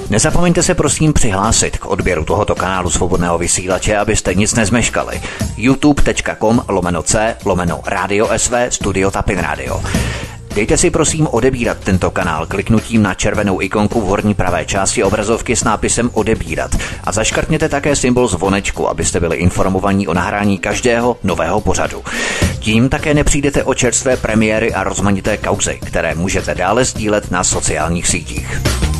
Nezapomeňte se prosím přihlásit k odběru tohoto kanálu Svobodného vysílače, abyste nic nezmeškali. youtube.com/c/Radio SV Studio Tapin Radio. Dejte si prosím odebírat tento kanál kliknutím na červenou ikonku v horní pravé části obrazovky s nápisem odebírat a zaškrtněte také symbol zvonečku, abyste byli informovaní o nahrání každého nového pořadu. Tím také nepřijdete o čerstvé premiéry a rozmanité kauzy, které můžete dále sdílet na sociálních sítích.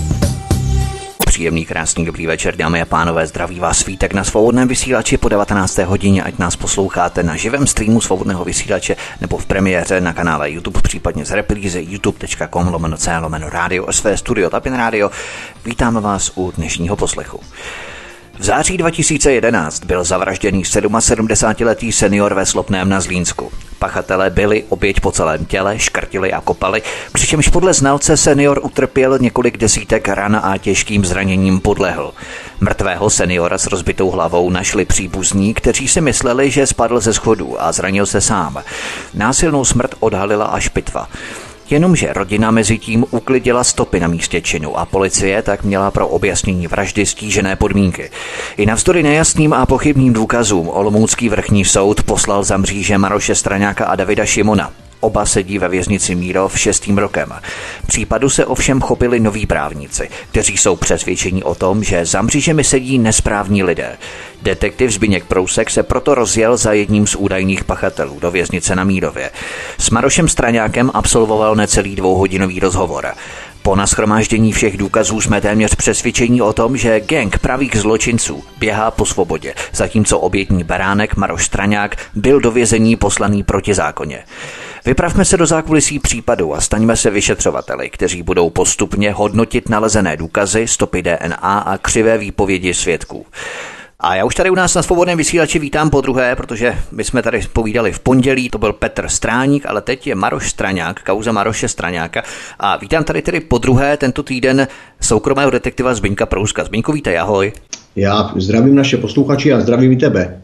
Příjemný, krásný, dobrý večer, dámy a pánové, zdraví vás Vítek na Svobodném vysílači po 19. hodině, ať nás posloucháte na živém streamu Svobodného vysílače nebo v premiéře na kanále YouTube, případně z reprízy youtube.com/c/Radio SV Studio Tapin Radio. Vítáme vás u dnešního poslechu. V září 2011 byl zavražděný 77letý senior ve Slopném na Zlínsku. Pachatelé byli oběť po celém těle, škrtili a kopali, přičemž podle znalce senior utrpěl několik desítek ran a těžkým zraněním podlehl. Mrtvého seniora s rozbitou hlavou našli příbuzní, kteří si mysleli, že spadl ze schodů a zranil se sám. Násilnou smrt odhalila až pitva. Jenomže rodina mezi tím uklidila stopy na místě činu a policie tak měla pro objasnění vraždy stížené podmínky. I navzdory nejasným a pochybným důkazům olomoucký vrchní soud poslal za mříže Maroše Straňáka a Davida Šimona. Oba sedí ve věznici Mírov 6. rokem. Případu se ovšem chopili noví právníci, kteří jsou přesvědčeni o tom, že za mřížemi sedí nesprávní lidé. Detektiv Zbyněk Prousek se proto rozjel za jedním z údajných pachatelů do věznice na Mírově. S Marošem Straňákem absolvoval necelý 2hodinový rozhovor. Po nashromáždění všech důkazů jsme téměř přesvědčení o tom, že gang pravých zločinců běhá po svobodě, zatímco obětní beránek Maroš Straňák byl do vězení poslaný protizákonně. Vypravme se do zákulisí případu a staňme se vyšetřovateli, kteří budou postupně hodnotit nalezené důkazy, stopy DNA a křivé výpovědi svědků. A já už tady u nás na Svobodném vysílači vítám podruhé, protože my jsme tady povídali v pondělí, to byl Petr Stráník, ale teď je Maroš Straňák, kauza Maroše Straňáka. A vítám tady tedy podruhé tento týden soukromého detektiva Zbyňka Prouska. Zbyňku, vítej, ahoj. Já zdravím naše posluchači a zdravím i tebe.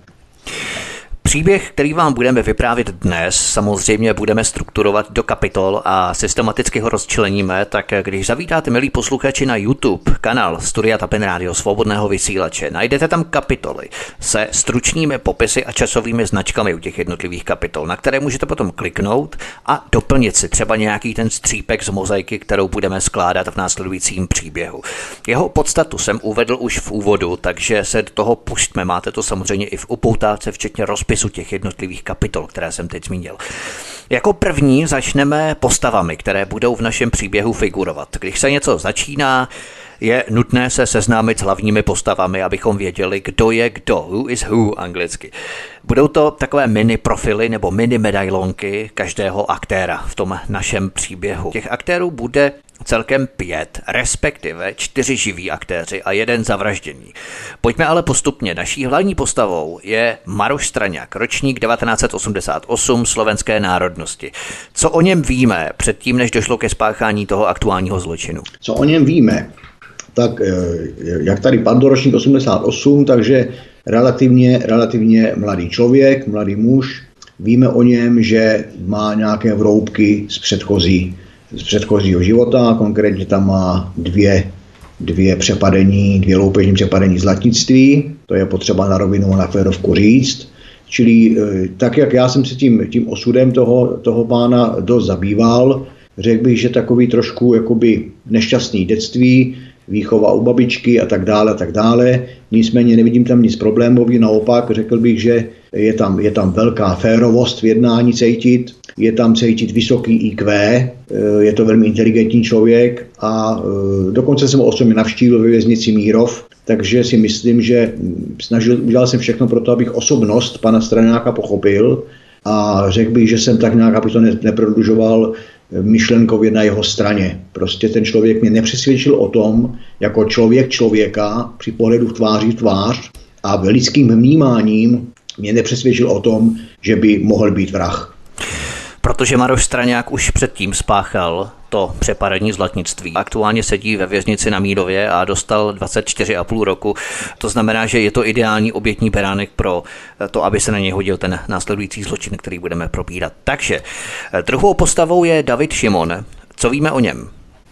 Příběh, který vám budeme vyprávět dnes, samozřejmě budeme strukturovat do kapitol a systematicky ho rozčleníme, tak když zavítáte, milí posluchači, na YouTube kanál Studia Tapin Radio Svobodného vysílače, najdete tam kapitoly se stručnými popisy a časovými značkami u těch jednotlivých kapitol, na které můžete potom kliknout a doplnit si třeba nějaký ten střípek z mozaiky, kterou budeme skládat v následujícím příběhu. Jeho podstatu jsem uvedl už v úvodu, takže se do toho pustíme. Máte to samozřejmě i v upoutávce, včetně rozpisu těch jednotlivých kapitol, které jsem teď zmínil. Jako první začneme postavami, které budou v našem příběhu figurovat. Když se něco začíná, je nutné se seznámit s hlavními postavami, abychom věděli, kdo je kdo, who is who anglicky. Budou to takové mini profily nebo mini medailonky každého aktéra v tom našem příběhu. Těch aktérů bude celkem 5, respektive 4 živí aktéři a 1 zavražděný. Pojďme ale postupně. Naší hlavní postavou je Maroš Straňák, ročník 1988, slovenské národnosti. Co o něm víme předtím, než došlo ke spáchání toho aktuálního zločinu? Co o něm víme? Tak jak tady padl, ročník 88, takže relativně mladý člověk, mladý muž. Víme o něm, že má nějaké vroubky z předchozího života, konkrétně tam má dvě loupežní přepadení zlatnictví, to je potřeba na rovinu na férovku říct. Čili tak, jak já jsem se tím osudem toho pána dost zabýval, řekl bych, že takový trošku jakoby nešťastný dětství, výchova u babičky a tak dále. Nicméně nevidím tam nic problémový, naopak řekl bych, že je tam velká férovost v jednání cítit, je tam cítit vysoký IQ, je to velmi inteligentní člověk a dokonce jsem ho osobně navštívil ve věznici Mírov, takže si myslím, že udělal jsem všechno pro to, abych osobnost pana Straňáka pochopil a řekl bych, že jsem tak nějak, aby to neprodlužoval, myšlenkově na jeho straně. Prostě ten člověk mě nepřesvědčil o tom, jako člověk člověka při pohledu v tvář a lidským vnímáním mě nepřesvědčil o tom, že by mohl být vrah. Protože Maroš Straňák už předtím spáchal to přepadení zlatnictví. Aktuálně sedí ve věznici na Mírově a dostal 24,5 roku. To znamená, že je to ideální obětní beránek pro to, aby se na něj hodil ten následující zločin, který budeme probírat. Takže druhou postavou je David Šimon. Co víme o něm?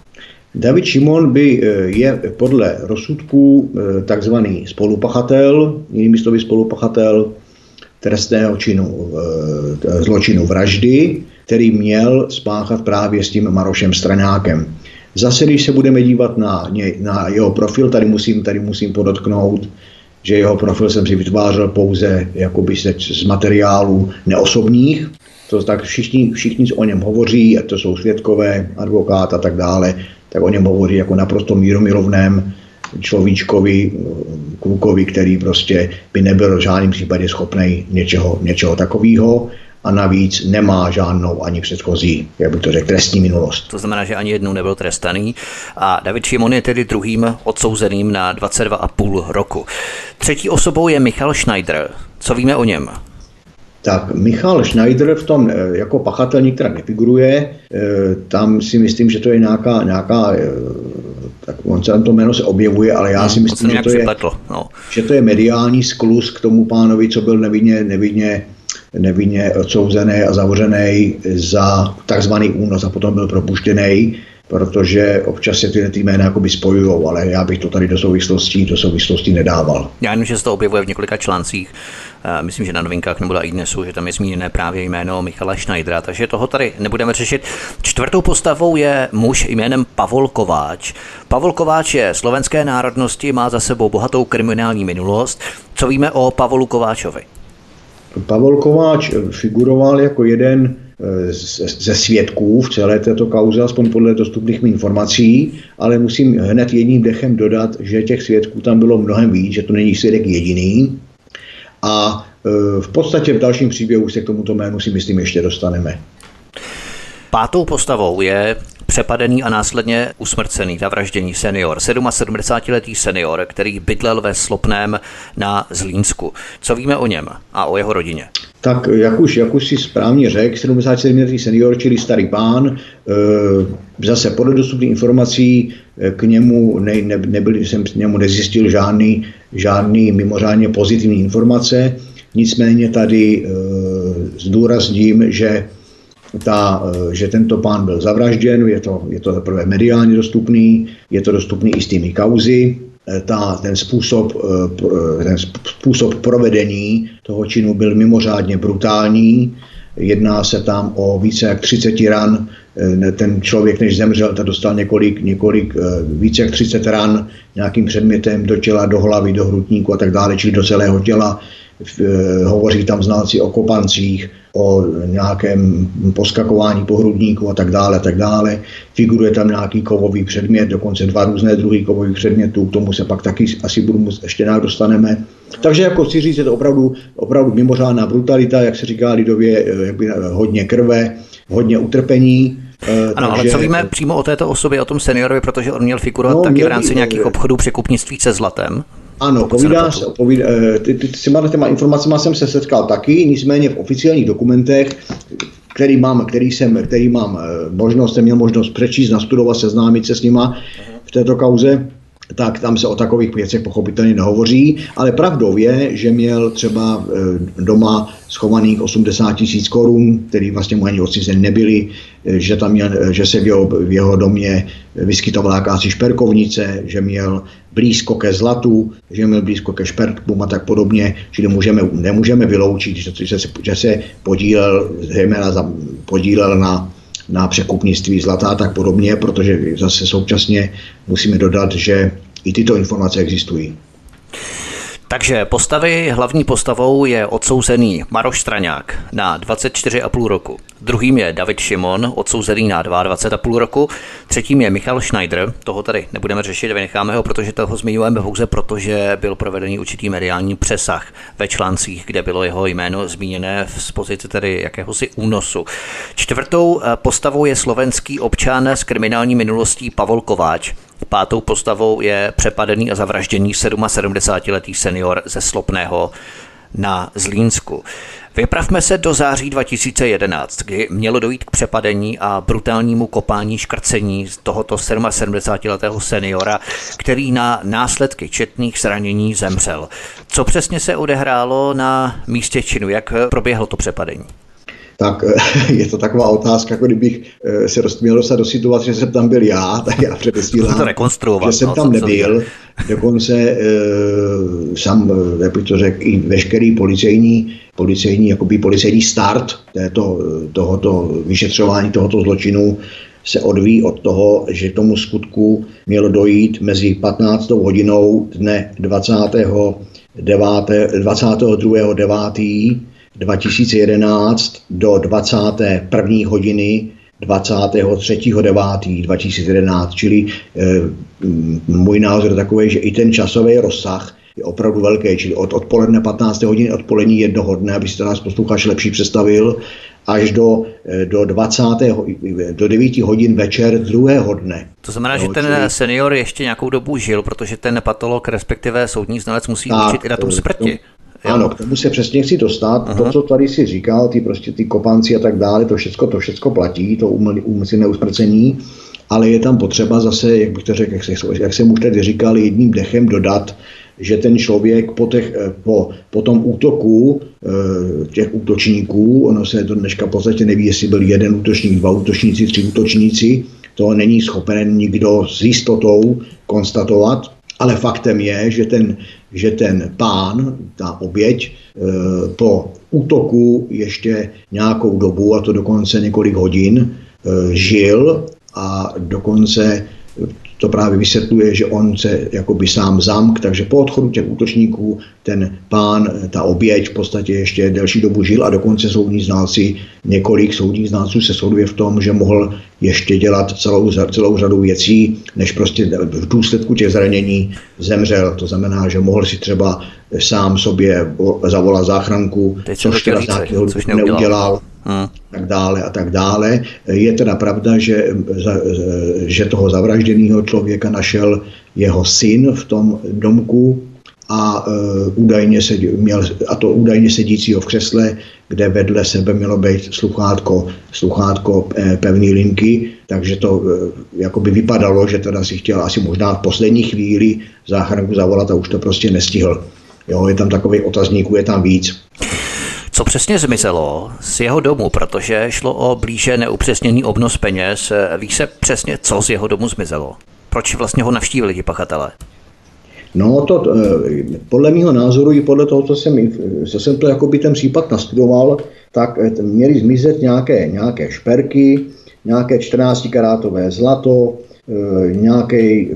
David Šimon je podle rozsudků takzvaný spolupachatel, jinými slovy spolupachatel trestného činu, zločinu vraždy, který měl spáchat právě s tím Marošem Straňákem. Zase, když se budeme dívat na jeho profil, tady musím podotknout, že jeho profil jsem si vytvářel pouze jakoby z materiálů neosobních. To tak všichni o něm hovoří, a to jsou svědkové, advokát a tak dále, tak o něm hovoří jako naprosto mírumilovném človíčkovi, klukovi, který prostě by nebyl v žádném případě schopný něčeho takového a navíc nemá žádnou ani předchozí, jak bych to řekl, trestní minulost. To znamená, že ani jednou nebyl trestaný a David Šimon je tedy druhým odsouzeným na 22,5 roku. Třetí osobou je Michal Schneider. Co víme o něm? Tak Michal Schneider v tom jako pachatel nikterak nefiguruje. Tam si myslím, že to je nějaká tak on se tam to jméno se objevuje, ale já si myslím, že to je mediální skluz k tomu pánovi, co byl nevinně odsouzený a zavřený za takzvaný únos a potom byl propuštěný, protože občas se ty jména jakoby spojujou, ale já bych to tady do souvislostí nedával. Já jenom, že se to objevuje v několika článcích, myslím, že na Novinkách nebo na iDnesu, že tam je zmíněné právě jméno Michala Schneidera, takže toho tady nebudeme řešit. Čtvrtou postavou je muž jménem Pavol Kováč. Pavol Kováč je slovenské národnosti, má za sebou bohatou kriminální minulost. Co víme o Pavolu Kováčovi? Pavol Kováč figuroval jako jeden ze svědků v celé této kauze, aspoň podle dostupných informací, ale musím hned jedním dechem dodat, že těch svědků tam bylo mnohem víc, že to není svědek jediný. A v podstatě v dalším příběhu se k tomuto jménu si myslím ještě dostaneme. Pátou postavou je přepadený a následně usmrcený, zavražděný senior, 77letý senior, který bydlel ve Slopném na Zlínsku. Co víme o něm a o jeho rodině? Tak jak už si správně řekl, 77letý senior, čili starý pán, zase podle dostupných informací k němu jsem k němu nezjistil žádný mimořádně pozitivní informace, nicméně tady zdůrazním, že tento pán byl zavražděn, je to zaprvé mediálně dostupný, je to dostupný i s těmi kauzy. Ten způsob provedení toho činu byl mimořádně brutální. Jedná se tam o více jak 30 ran. Ten člověk, než zemřel, tak dostal několik více jak 30 ran nějakým předmětem do těla, do hlavy, do hrudníku a tak dále, čili do celého těla. Hovoří tam znalci o kopancích, o nějakém poskakování po hrudníku a tak dále. Figuruje tam nějaký kovový předmět, dokonce 2 různé druhy kovových předmětů, k tomu se pak taky asi ještě nějak dostaneme. Takže jako chci říct, je to opravdu mimořádná brutalita, jak se říká lidově, hodně krve, hodně utrpení. Ano, takže, ale co víme přímo o této osobě, o tom seniorovi, protože on měl figurovat taky v rámci nějakých obchodů překupnictví se zlatem? Ano, s těma informacemi jsem se setkal taky, nicméně v oficiálních dokumentech, který mám možnost, jsem měl možnost přečíst, nastudovat, seznámit se s nima v této kauze, tak tam se o takových věcech pochopitelně nehovoří, ale pravdou je, že měl třeba doma schovaných 80 000 korun, který vlastně mu ani odcizeny nebyly, že se v jeho domě vyskytovala jakási šperkovnice, že měl blízko ke zlatu, že měl blízko ke šperkům a tak podobně, čili nemůžeme vyloučit, že se podílel na překupnictví zlata a tak podobně, protože zase současně musíme dodat, že i tyto informace existují. Takže hlavní postavou je odsouzený Maroš Straňák na 24,5 roku. Druhým je David Šimon, odsouzený na 22,5 roku. Třetím je Michal Schneider, toho tady nebudeme řešit, vynecháme ho, protože toho zmiňujeme pouze proto, že byl provedený určitý mediální přesah ve článcích, kde bylo jeho jméno zmíněné z pozice tedy jakéhosi únosu. Čtvrtou postavou je slovenský občan s kriminální minulostí Pavol Kováč. Pátou postavou je přepadený a zavražděný 77letý senior ze Slopného na Zlínsku. Vypravme se do září 2011, kdy mělo dojít k přepadení a brutálnímu kopání, škrcení tohoto 77letého seniora, který na následky četných zranění zemřel. Co přesně se odehrálo na místě činu? Jak proběhlo to přepadení? tak je to taková otázka, jako kdybych se měl dostat do situace, že jsem tam byl já, tak já předesílám, že jsem tam nebyl. Dokonce sám, jak bych to řekl, i veškerý policejní start tohoto vyšetřování tohoto zločinu se odvíjí od toho, že k tomu skutku mělo dojít mezi 15. hodinou dne 22.9.2011 do 21. hodiny 23.9.2011, čili můj názor je takový, že i ten časový rozsah je opravdu velký, čili od odpoledne 15. hodiny odpolední jednoho dne, aby si to nás posluchač lepší představil, až do 9 hodin večer druhého dne. To znamená, že ten senior ještě nějakou dobu žil, protože ten patolog, respektive soudní znalec musí určit i datum smrti. Ano, k tomu se přesně chci dostat. Aha. To, co tady si říkal, ty kopanci a tak dále, to všecko platí, to úmyslné usmrcení, ale je tam potřeba zase, jak bych to řekl, jak jsem už tady říkal, jedním dechem dodat, že ten člověk po tom útoku těch útočníků, ono se do dneška v podstatě neví, jestli byl jeden útočník, 2 útočníci, 3 útočníci, to není schopen nikdo s jistotou konstatovat, ale faktem je, že ten pán, ta oběť, po útoku ještě nějakou dobu, a to dokonce několik hodin, žil a dokonce to právě vysvětluje, že on se jakoby sám zamk, takže po odchodu těch útočníků ten pán, ta oběť v podstatě ještě delší dobu žil a dokonce několik soudních znalců se shoduje v tom, že mohl ještě dělat celou řadu věcí, než prostě v důsledku těch zranění zemřel. To znamená, že mohl si třeba sám sobě zavolat záchranku, což teda z nějakého důvodu neudělal. A tak dále. Je teda pravda, že toho zavražděného člověka našel jeho syn v tom domku a údajně sedícího v křesle, kde vedle sebe mělo být sluchátko pevné linky, takže to jakoby vypadalo, že teda si chtěl asi možná v poslední chvíli záchranku zavolat a už to prostě nestihl. Jo, je tam takový otazníků, je tam víc. Co přesně zmizelo z jeho domu, protože šlo o blíže neupřesněný obnos peněz. Ví se přesně, co z jeho domu zmizelo? Proč vlastně ho navštívili ti pachatelé? No to podle mého názoru i podle toho, co jsem to jakoby ten případ nastudoval, tak měly zmizet nějaké šperky, nějaké 14-karátové zlato, nějaký,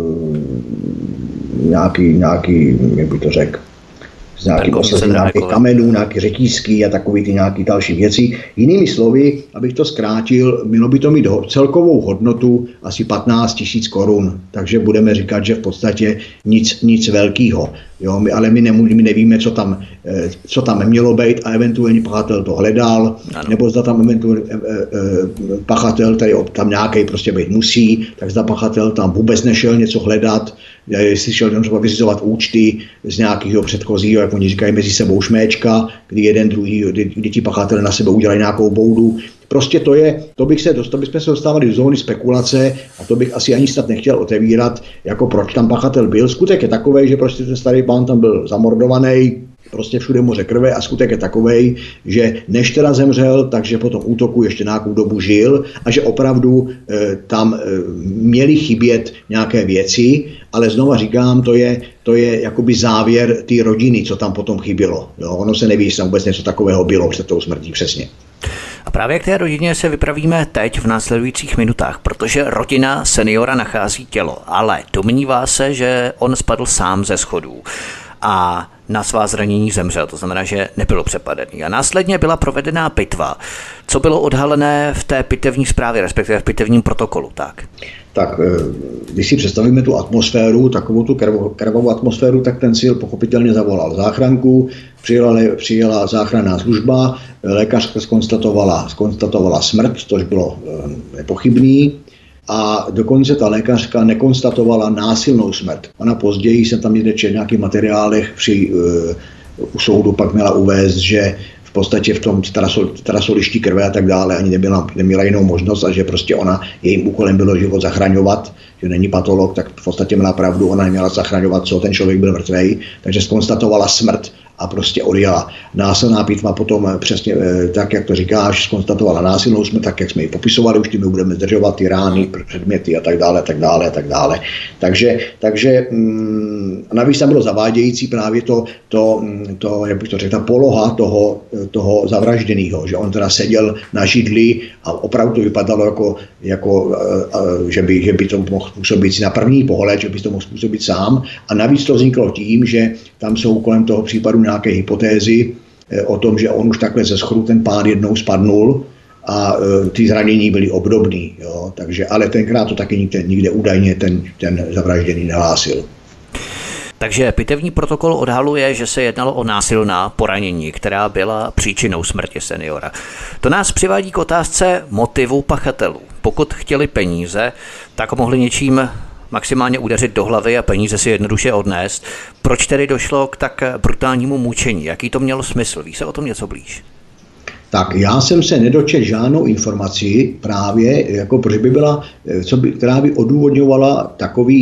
jak bych to řekl, z nějakých kamenů, nějaké řetízky a takové ty nějaké další věci. Jinými slovy, abych to zkrátil, mělo by to mít celkovou hodnotu asi 15 000 korun. Takže budeme říkat, že v podstatě nic velkého. Jo, ale my nevíme, co tam mělo být a eventuálně pachatel to hledal, nebo zda tam eventuálně pachatel, tady tam nějaký prostě být musí, tak zda pachatel tam vůbec nešel něco hledat, jestli šel jenom třeba vyřizovat účty z nějakého předchozího, jak oni říkají, mezi sebou šméčka, kdy ti pachatelé na sebe udělají nějakou boudu. Prostě to bychom se dostávali do zóny spekulace a to bych asi ani snad nechtěl otevírat, jako proč tam pachatel byl. Skutek je takovej, že prostě ten starý pán tam byl zamordovaný, prostě všude moře krve a skutek je takovej, že než teda zemřel, takže po tom útoku ještě nějakou dobu žil a že opravdu tam měly chybět nějaké věci, ale znova říkám, to je jakoby závěr té rodiny, co tam potom chybělo. Jo, ono se neví, jestli tam vůbec něco takového bylo před tou smrtí přesně. A právě k té rodině se vypravíme teď v následujících minutách, protože rodina seniora nachází tělo, ale domnívá se, že on spadl sám ze schodů a na svá zranění zemřel, to znamená, že nebyl přepadený. A následně byla provedená pitva. Co bylo odhalené v té pitevní zprávě, respektive v pitevním protokolu? Tak když si představíme tu atmosféru, takovou tu krvavou atmosféru, tak ten sil pochopitelně zavolal záchranku, přijela záchranná služba, lékařka zkonstatovala smrt, což bylo nepochybný. A dokonce ta lékařka nekonstatovala násilnou smrt. Ona později se tam někde v nějakých materiálech u soudu pak měla uvést, že v podstatě v tom trasolišti krve a tak dále ani neměla jinou možnost a že prostě jejím úkolem bylo život zachraňovat, že není patolog, tak v podstatě měla pravdu, ona neměla zachraňovat, co ten člověk byl mrtvej, takže zkonstatovala smrt a prostě odjela. Násilná pitva potom přesně tak, jak to říkáš, zkonstatovala násilnou smrt, tak, jak jsme ji popisovali, už tím budeme zdržovat ty rány, předměty a tak dále, tak dále, a tak dále. Takže navíc tam bylo zavádějící právě to jak bych to řekl, ta poloha toho zavražděného, že on teda seděl na židli a opravdu to vypadalo že by to mohl způsobit na první pohled, že by to mohl způsobit sám. A navíc to vzniklo tím, že tam jsou kolem toho případu nějaké hypotézy o tom, že on už takhle ze schodu ten pán jednou spadnul a ty zranění byly obdobný. Jo? Takže, ale tenkrát to taky nikde údajně ten zavražděný nehlásil. Takže pitevní protokol odhaluje, že se jednalo o násilná poranění, která byla příčinou smrti seniora. To nás přivádí k otázce motivu pachatelů. Pokud chtěli peníze, tak mohli něčím maximálně udeřit do hlavy a peníze si jednoduše odnést. Proč tedy došlo k tak brutálnímu mučení? Jaký to mělo smysl? Ví se o tom něco blíž? Tak já jsem se nedočetl žádnou informaci právě, proč by byla, která by odůvodňovala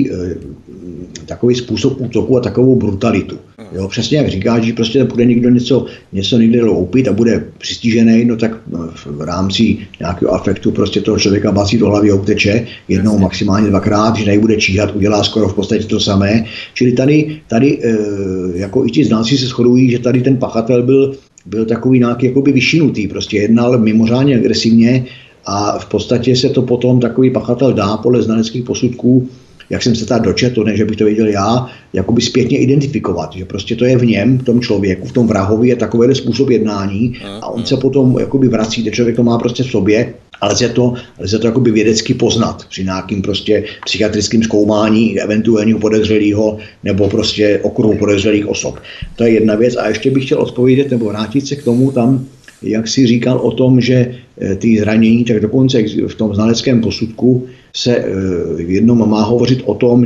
takový způsob útoku a takovou brutalitu. Jo, přesně jak říkáš, že prostě bude někdo něco někde loupit a bude přistižený, no tak v rámci nějakého afektu prostě toho člověka bací do hlavy a uteče jednou, maximálně dvakrát, že nebude číhat, udělá skoro v podstatě to samé. Čili tady jako i ti znalci se shodují, že tady ten pachatel byl takový nějaký jakoby vyšinutý, prostě jednal mimořádně agresivně a v podstatě se to potom takový pachatel dá podle znaleckých posudků, jak jsem se tady dočetl, ne, že bych to věděl já, jakoby zpětně identifikovat, že prostě to je v něm, v tom člověku, v tom vrahovi je takovýhle způsob jednání a on se potom jakoby vrací, ten člověk to má prostě v sobě, ale lze to jakoby vědecky poznat při nějakým prostě psychiatrickým zkoumání eventuálního podezřelého nebo prostě okruhu podezřelých osob. To je jedna věc a ještě bych chtěl odpovědět nebo vrátit se k tomu tam, jak jsi říkal o tom, že ty zranění, tak dokonce v tom znaleckém posudku se v jednom má hovořit o tom,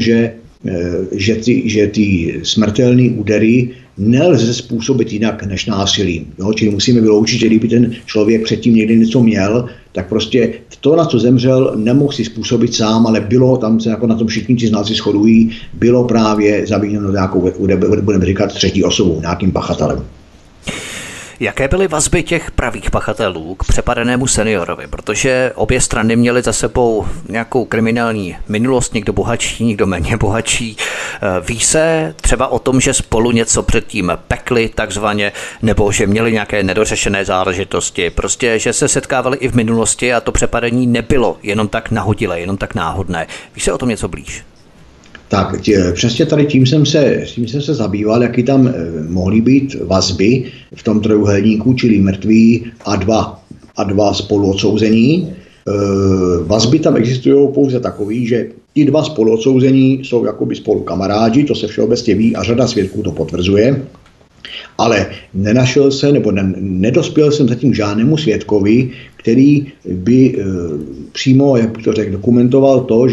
že ty smrtelné údery nelze způsobit jinak než násilím. Jo? Čili musíme vyloučit, že kdyby ten člověk předtím někdy něco měl, tak prostě to, na co zemřel, nemohl si způsobit sám, ale bylo, tam se jako na tom všichni ti znalci shodují, bylo právě zaviněno nějakou, budeme říkat, třetí osobou, nějakým pachatelem. Jaké byly vazby těch pravých pachatelů k přepadenému seniorovi? Protože obě strany měly za sebou nějakou kriminální minulost, někdo bohatší, někdo méně bohatší. Ví se třeba o tom, že spolu něco předtím pekli takzvaně, nebo že měli nějaké nedořešené záležitosti, prostě, že se setkávali i v minulosti a to přepadení nebylo jenom tak nahodilé, jenom tak náhodné. Ví se o tom něco blíž? Tak přesně tady tím jsem se zabýval, jaký tam mohly být vazby v tom trojúhelníku, čili mrtví a dva spoluodsouzení. Vazby tam existují pouze takový, že ti dva spoluodsouzení jsou jakoby spolu kamarádi, to se všeobecně ví a řada svědků to potvrzuje. Ale nenašel jsem, nebo nedospěl jsem zatím žádnému svědkovi, který by přímo, jak bych to řekl, dokumentoval to,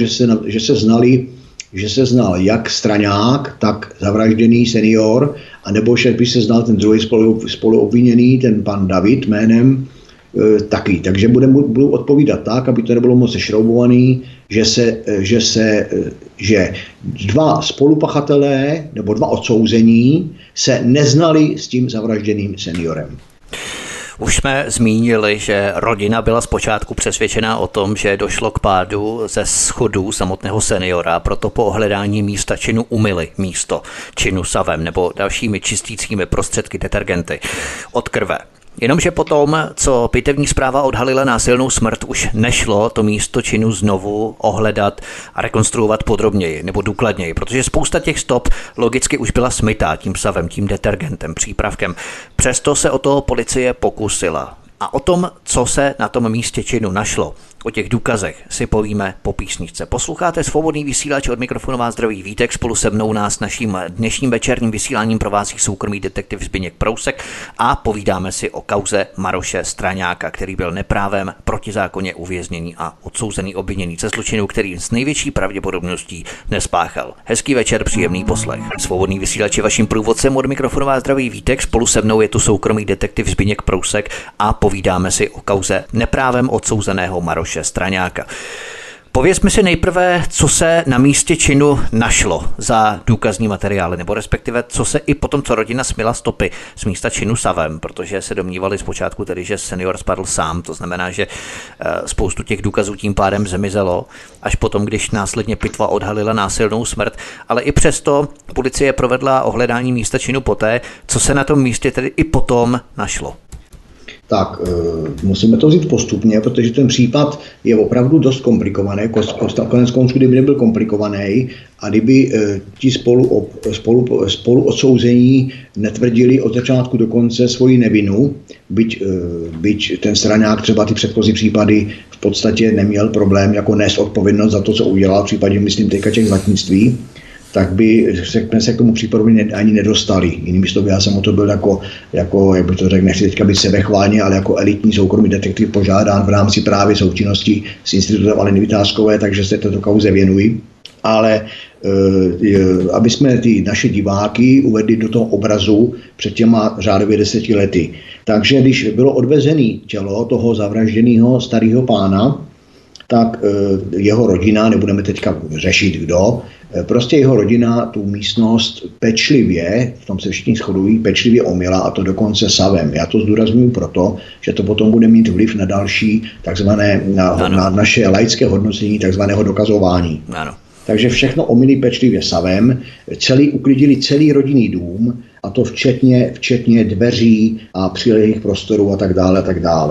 že se znal jak Straňák, tak zavražděný senior, anebo že by se znal ten druhý spoluobviněný, ten pan David jménem taky. Takže budu odpovídat tak, aby to nebylo moc sešroubovaný, že dva spolupachatelé nebo dva odsouzení se neznali s tím zavražděným seniorem. Už jsme zmínili, že rodina byla zpočátku přesvědčená o tom, že došlo k pádu ze schodů samotného seniora, proto po ohledání místa činu umyli místo činu savem nebo dalšími čistícími prostředky, detergenty od krve. Jenomže potom, co pitevní zpráva odhalila násilnou smrt, už nešlo to místo činu znovu ohledat a rekonstruovat podrobněji nebo důkladněji, protože spousta těch stop logicky už byla smytá tím savem, tím detergentem, přípravkem. Přesto se o to policie pokusila. A o tom, co se na tom místě činu našlo, o těch důkazech si povíme po písničce. Posloucháte Svobodný vysílač, od mikrofonu vás zdraví Vítek, spolu se mnou nás naším dnešním večerním vysíláním provází soukromý detektiv Zbyněk Prousek a povídáme si o kauze Maroše Straňáka, který byl neprávem protizákonně uvězněný a odsouzený obviněný ze zločinu, který s největší pravděpodobností nespáchal. Hezký večer, příjemný poslech. Svobodný vysílač je vaším průvodcem, od mikrofonu vás zdraví Vítek, spolu se mnou je tu soukromý detektiv Zbyněk Prousek a povídáme si o kauze neprávem odsouzeného Maroše Straňáka. Pověz mi si nejprve, co se na místě činu našlo za důkazní materiály, nebo respektive co se i potom, co rodina smyla stopy z místa činu savem, protože se domnívali zpočátku tedy, že senior spadl sám, to znamená, že spoustu těch důkazů tím pádem zemizelo, až potom, když následně pitva odhalila násilnou smrt, ale i přesto policie provedla ohledání místa činu poté, co se na tom místě tedy i potom našlo. Tak, musíme to vzít postupně, protože ten případ je opravdu dost komplikovaný. Konec konců, kdyby nebyl komplikovaný a kdyby ti spolu odsouzení netvrdili od začátku do konce svoji nevinu, byť ten straňák třeba ty předchozí případy v podstatě neměl problém jako nést odpovědnost za to, co udělal, v případě, myslím, teďka těch zlatnictví, tak by se k tomu případu ani nedostali. Jinými slovy, já jsem o to byl jako jak bych to řekl, nechci teďka být sebechválně, ale jako elitní soukromý detektiv požádán v rámci právě součinnosti s institutem Aleny Vytázkové, takže se této kauze věnuji. Ale aby jsme ty naše diváky uvedli do toho obrazu před těma řádově 10 lety. Takže když bylo odvezené tělo toho zavražděného starého pána, tak jeho rodina, nebudeme teďka řešit kdo, prostě jeho rodina tu místnost pečlivě, v tom se všichni shodují, pečlivě omyla, a to dokonce savem. Já to zdůraznuju proto, že to potom bude mít vliv na další takzvané, na naše laické hodnocení takzvaného dokazování. Ano. Takže všechno omylí pečlivě savem, uklidili celý rodinný dům, a to včetně dveří a přilehlých prostorů a tak dále, a tak dále.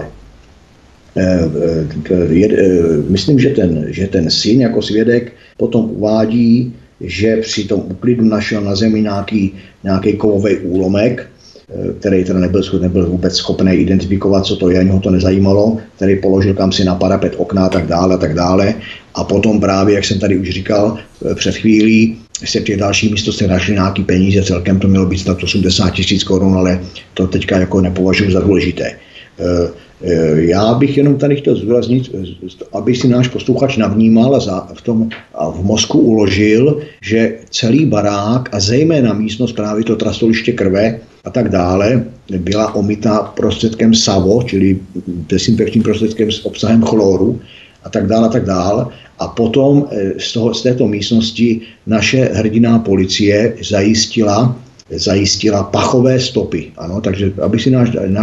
Myslím, že ten syn jako svědek potom uvádí, že při tom úklidu našel na zemi nějaký kovový úlomek, který teda nebyl vůbec schopný identifikovat, co to je, ani ho to nezajímalo, který položil kamsi na parapet okna a tak dále, a tak dále. A potom právě, jak jsem tady už říkal před chvílí, se v těch dalších místostech našli nějaký peníze, celkem to mělo být snad 80 000 korun, ale to teďka jako nepovažuji za důležité. Já bych jenom tady chtěl zdůraznit, aby si náš posluchač navnímal a v mozku uložil, že celý barák a zejména místnost právě to trasoliště krve a tak dále byla omyta prostředkem Savo, čili dezinfekčním prostředkem s obsahem chloru a tak dále, a tak dále. A potom z této místnosti naše hrdinná policie zajistila pachové stopy. Ano, takže aby si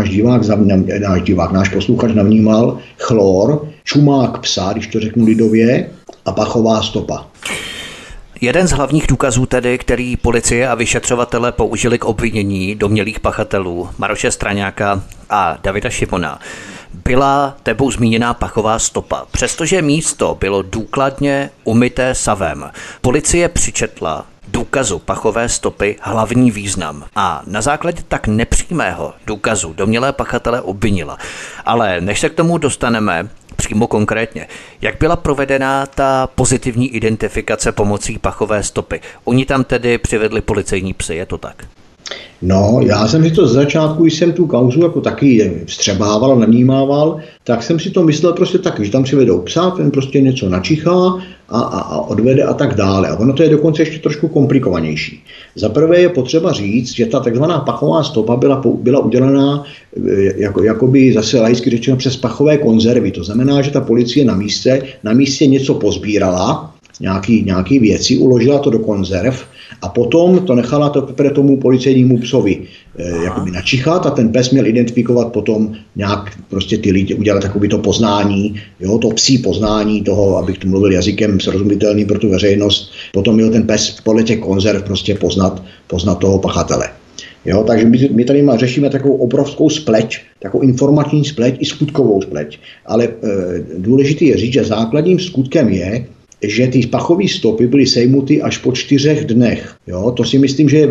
náš posluchač navnímal chlor, čumák psa, když to řeknu lidově, a pachová stopa. Jeden z hlavních důkazů tedy, který policie a vyšetřovatele použili k obvinění domnělých pachatelů Maroše Straňáka a Davida Šimona, byla tebou zmíněná pachová stopa. Přestože místo bylo důkladně umyté savem, policie přičetla důkazu pachové stopy hlavní význam a na základě tak nepřímého důkazu domnělé pachatele obvinila. Ale než se k tomu dostaneme přímo konkrétně, jak byla provedena ta pozitivní identifikace pomocí pachové stopy? Oni tam tedy přivedli policejní psy, je to tak? No, já jsem si to z začátku, když jsem tu kauzu jako taky vstřebával, nevnímával, tak jsem si to myslel prostě taky, že tam přivedou psa, ten prostě něco načichá a odvede a tak dále. A ono to je dokonce ještě trošku komplikovanější. Za prvé je potřeba říct, že ta takzvaná pachová stopa byla udělaná jakoby zase laicky řečeno přes pachové konzervy. To znamená, že ta policie na místě něco pozbírala, nějaký věci, uložila to do konzerv a potom to nechala teprve tomu policejnímu psovi jakoby načichat a ten pes měl identifikovat potom nějak prostě ty lidi, udělat takový to poznání, jo, to psí poznání toho, abych tu mluvil jazykem srozumitelným pro tu veřejnost, potom měl ten pes podle těch konzerv prostě poznat toho pachatele. Jo, takže my tady řešíme takovou obrovskou spleť, takovou informační spleť i skutkovou spleť. Ale důležité je říct, že základním skutkem je, že ty pachové stopy byly sejmuty až po 4 dnech. Jo, to si myslím, že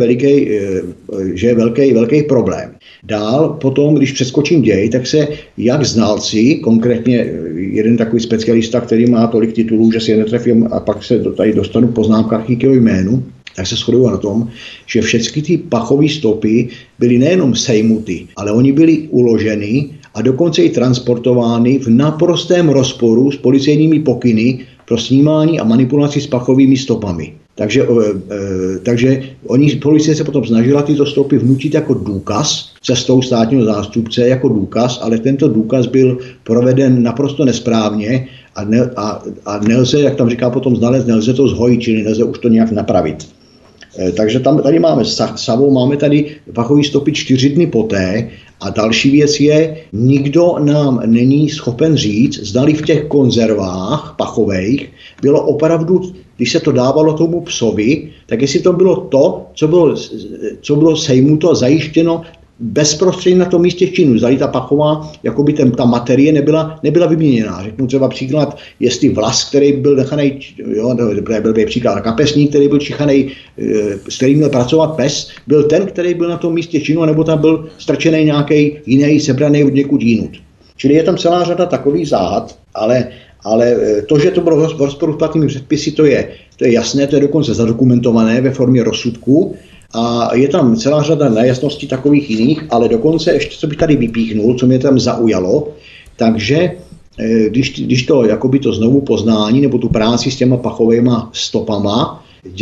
je velký problém. Dál potom, když přeskočím děj, tak se jak znalci, konkrétně jeden takový specialista, který má tolik titulů, že si je netrefím a pak se tady dostanu v poznámkách k jeho jménu, tak se shodují na tom, že všechny ty pachové stopy byly nejenom sejmuty, ale oni byly uloženy a dokonce i transportovány v naprostém rozporu s policejními pokyny pro snímání a manipulaci s pachovými stopami. Takže policie se potom snažila tyto stopy vnutit jako důkaz cestou státního zástupce jako důkaz, ale tento důkaz byl proveden naprosto nesprávně a nelze, jak tam říká potom znalec, nelze to zhojit, čili nelze už to nějak napravit. Takže tady máme Savo, máme tady pachové stopy 4 dny poté a další věc je, nikdo nám není schopen říct, zdali v těch konzervách pachových bylo opravdu, když se to dávalo tomu psovi, tak jestli to bylo to, co bylo sejmuto, zajištěno bezprostředně na tom místě činu. Zdali ta pachová, jakoby ta materie nebyla vyměněná. Řeknu třeba příklad, jestli vlas, který byl nechaný, byl příklad kapesník, který byl čichaný, s kterým měl pracovat pes, byl ten, který byl na tom místě činu, nebo tam byl strčený nějaký jiný, sebraný od někud jinut. Čili je tam celá řada takových záhad, ale to, že to bylo v rozporu s platnými předpisy, to je jasné, to je dokonce zadokumentované ve formě rozsudku. A je tam celá řada nejasností takových jiných, ale dokonce ještě, co bych tady vypíchnul, co mě tam zaujalo, takže když to, jakoby to znovu poznání nebo tu práci s těma pachovejma stopama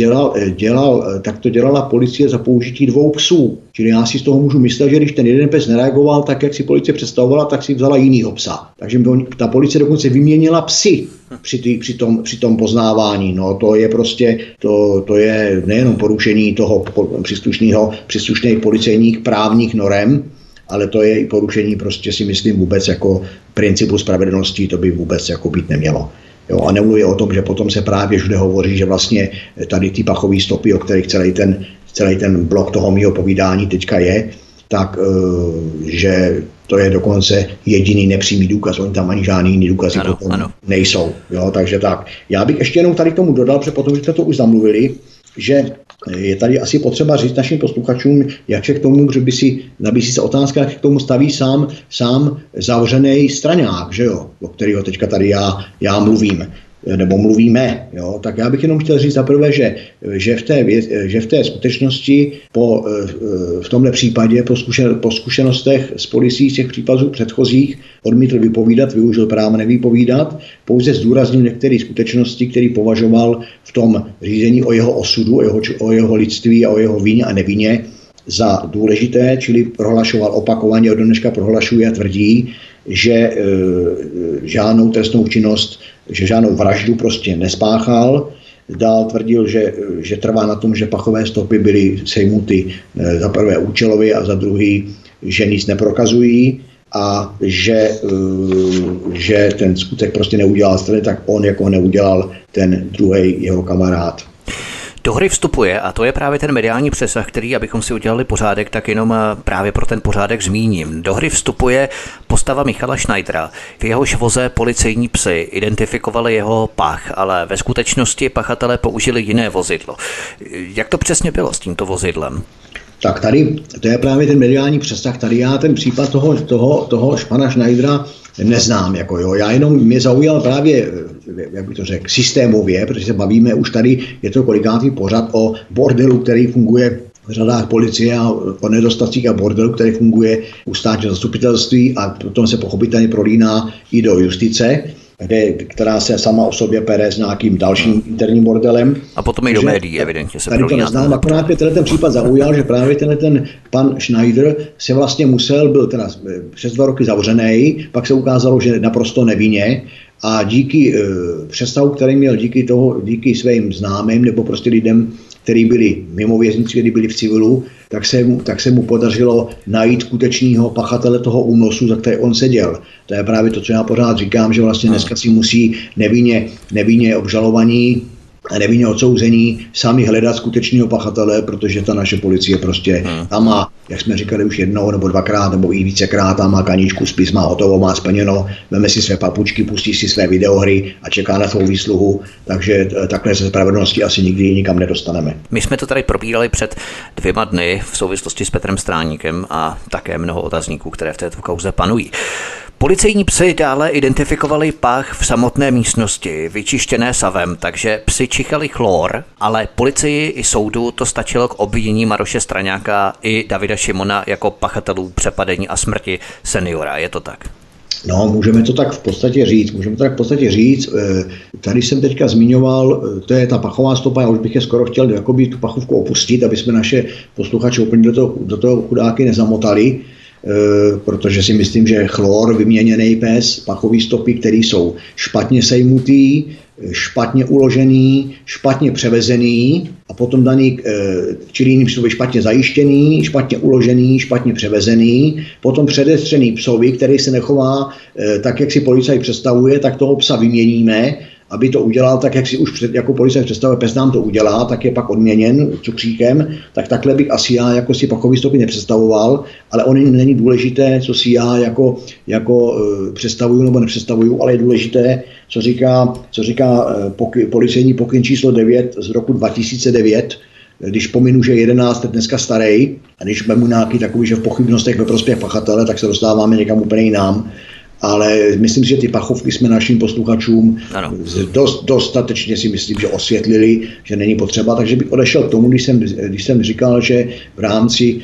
tak to dělala policie za použití 2 psů. Čili já si z toho můžu myslet, že když ten jeden pes nereagoval tak, jak si policie představovala, tak si vzala jinýho psa. Takže ta policie dokonce vyměnila psy při tom poznávání. No to je prostě, to je nejenom porušení toho příslušných policejních právních norem, ale to je i porušení prostě si myslím vůbec jako principu spravedlnosti, to by vůbec jako být nemělo. Jo, a nemluvě o tom, že potom se právě všude hovoří, že vlastně tady ty pachové stopy, o kterých celý ten blok toho mýho povídání teďka je, tak že to je dokonce jediný nepřímý důkaz, oni tam ani žádný jiný důkazy nejsou. Jo, takže tak. Já bych ještě jenom tady k tomu dodal, protože potom, že jste to už zamluvili, že je tady asi potřeba říct našim posluchačům, jak se k tomu, že by si nabízí se otázka, jak k tomu staví sám zavřený straňák, že jo, o kterého teďka tady já mluvím, nebo mluvíme, jo, tak já bych jenom chtěl říct zaprvé, že v té skutečnosti v tomhle případě po zkušenostech s policií z těch případů předchozích odmítl vypovídat, využil práva nevypovídat, pouze zdůraznil některé skutečnosti, které považoval v tom řízení o jeho osudu, o jeho lidství a o jeho vině a nevině za důležité, čili prohlašoval opakovaně, od dneška prohlašuje a tvrdí, že žádnou trestnou činnost, že žádnou vraždu prostě nespáchal. Dál tvrdil, že trvá na tom, že pachové stopy byly sejmuty za prvé účelově a za druhý, že nic neprokazují a že ten skutek prostě neudělal stejně tak on, jako neudělal ten druhý jeho kamarád. Do hry vstupuje, a to je právě ten mediální přesah, který, abychom si udělali pořádek, tak jenom právě pro ten pořádek zmíním. Do hry vstupuje postava Michala Schneidera. V jehož voze policejní psy identifikovali jeho pach, ale ve skutečnosti pachatelé použili jiné vozidlo. Jak to přesně bylo s tímto vozidlem? Tak tady, to je právě ten mediální přesah, tady já ten případ toho pana Schneidera neznám, jako jo. Já jenom mě zaujal právě, jak bych to řekl, systémově, protože se bavíme už tady, je to kolikátý pořad o bordelu, který funguje v řadách policie a o nedostacích a bordelu, který funguje u státního zastupitelství a potom se pochopitelně prolíná i do justice, která se sama o sobě pere s nějakým dalším interním bordelem. A potom i do médií, evidentně se prolíná. Tady to neznám, akorát mě ten případ zaujal, že právě ten pan Schneider se vlastně byl teda přes 2 roky zavřený, pak se ukázalo, že naprosto nevinně a díky přestavu, který měl díky svým známým nebo prostě lidem, kteří byli mimo věznici, kteří byli v civilu, tak se mu podařilo najít skutečného pachatele toho únosu, za který on seděl. To je právě to, co já pořád říkám, že vlastně dneska si musí nevinně obžalovaní a nevinně odsouzení sami hledat skutečného pachatele, protože ta naše policie prostě tam má, jak jsme říkali už jednou nebo 2krát nebo i vícekrát, tam má kaničku, spis má hotovo, má splněno, veme si své papučky, pustí si své videohry a čeká na svou výsluhu, takže takhle se spravedlnosti asi nikdy nikam nedostaneme. My jsme to tady probírali před 2 dny v souvislosti s Petrem Stráníkem a také mnoho otazníků, které v této kauze panují. Policejní psy dále identifikovali pach v samotné místnosti, vyčištěné savem, takže psy čichali chlor, ale policii i soudu to stačilo k obvinění Maroše Straňáka i Davida Šimona jako pachatelů přepadení a smrti seniora. Je to tak? No, můžeme to tak v podstatě říct. Tady jsem teďka zmiňoval, to je ta pachová stopa, já už bych je skoro chtěl jakoby tu pachovku opustit, aby jsme naše posluchače úplně do toho chudáky nezamotali, protože si myslím, že chlor, vyměněný pes, pachové stopy, které jsou špatně sejmutý, špatně uložený, špatně převezený a potom daný, čili jiným způsobem špatně zajištěný, špatně uložený, špatně převezený, potom předestřený psovi, který se nechová tak, jak si policajt představuje, tak toho psa vyměníme, aby to udělal tak, jak si už jako policajt představuje, pes nám to udělá, tak je pak odměněn cukříkem, tak takhle bych asi já jako si pachový stopy nepředstavoval, ale on není důležité, co si já jako představuju nebo nepředstavuju, ale je důležité, co říká policejní pokyn číslo 9 z roku 2009, když pominu, že 11 je dneska starý, a když máme nějaký takový, že v pochybnostech ve prospěch pachatele, tak se dostáváme někam úplně jinam. Ale myslím si, že ty pachovky jsme našim posluchačům dostatečně si myslím, že osvětlili, že není potřeba. Takže bych odešel k tomu, když jsem říkal, že v rámci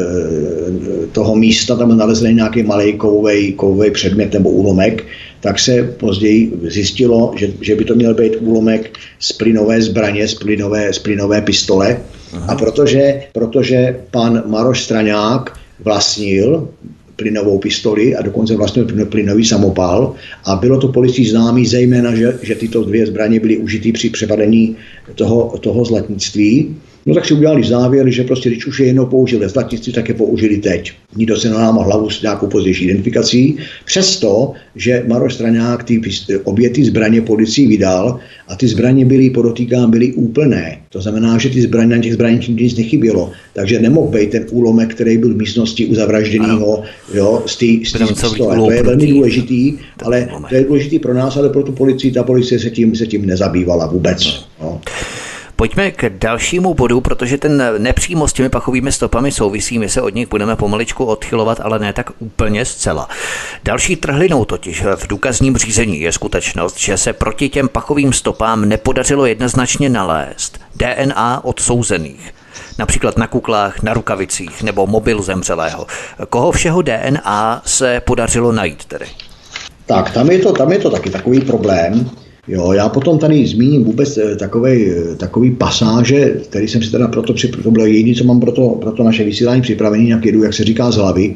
toho místa tam nalezli nějaký malý kovový předmět nebo úlomek, tak se později zjistilo, že by to měl být úlomek z plynové zbraně, z plynové pistole. Aha. A protože pan Maroš Straňák vlastnil plynovou pistoli a dokonce vlastně plynový samopal a bylo to policii známý zejména, že tyto dvě zbraně byly užity při přepadení toho zlatnictví. No tak si udělali závěr, že prostě když už je jednou použili ve zlatnictví, tak je použili teď. Nikdo se nelámal hlavu s nějakou pozdější identifikací, přesto, že Maroš Straňák obě ty zbraně policii vydal a ty zbraně byly úplné. To znamená, že na těch zbraních nic nechybělo. Takže nemohl být ten úlomek, který byl v místnosti u zavražděného z té pistole. To je velmi důležitý, ale to je důležitý pro nás, ale pro tu policii, ta policie se tím nezabývala vůbec. No. Pojďme k dalšímu bodu, protože ten nepřímo s těmi pachovými stopami souvisí, my se od nich budeme pomaličku odchylovat, ale ne tak úplně zcela. Další trhlinou totiž v důkazním řízení je skutečnost, že se proti těm pachovým stopám nepodařilo jednoznačně nalézt DNA odsouzených. Například na kuklách, na rukavicích nebo mobilu zemřelého. Koho všeho DNA se podařilo najít tedy? Tak, tam je to taky takový problém. Jo, já potom tady zmíním vůbec takový pasáže, který jsem si teda to bylo jediné, co mám pro to naše vysílání připravený, jak jedu, jak se říká z hlavy,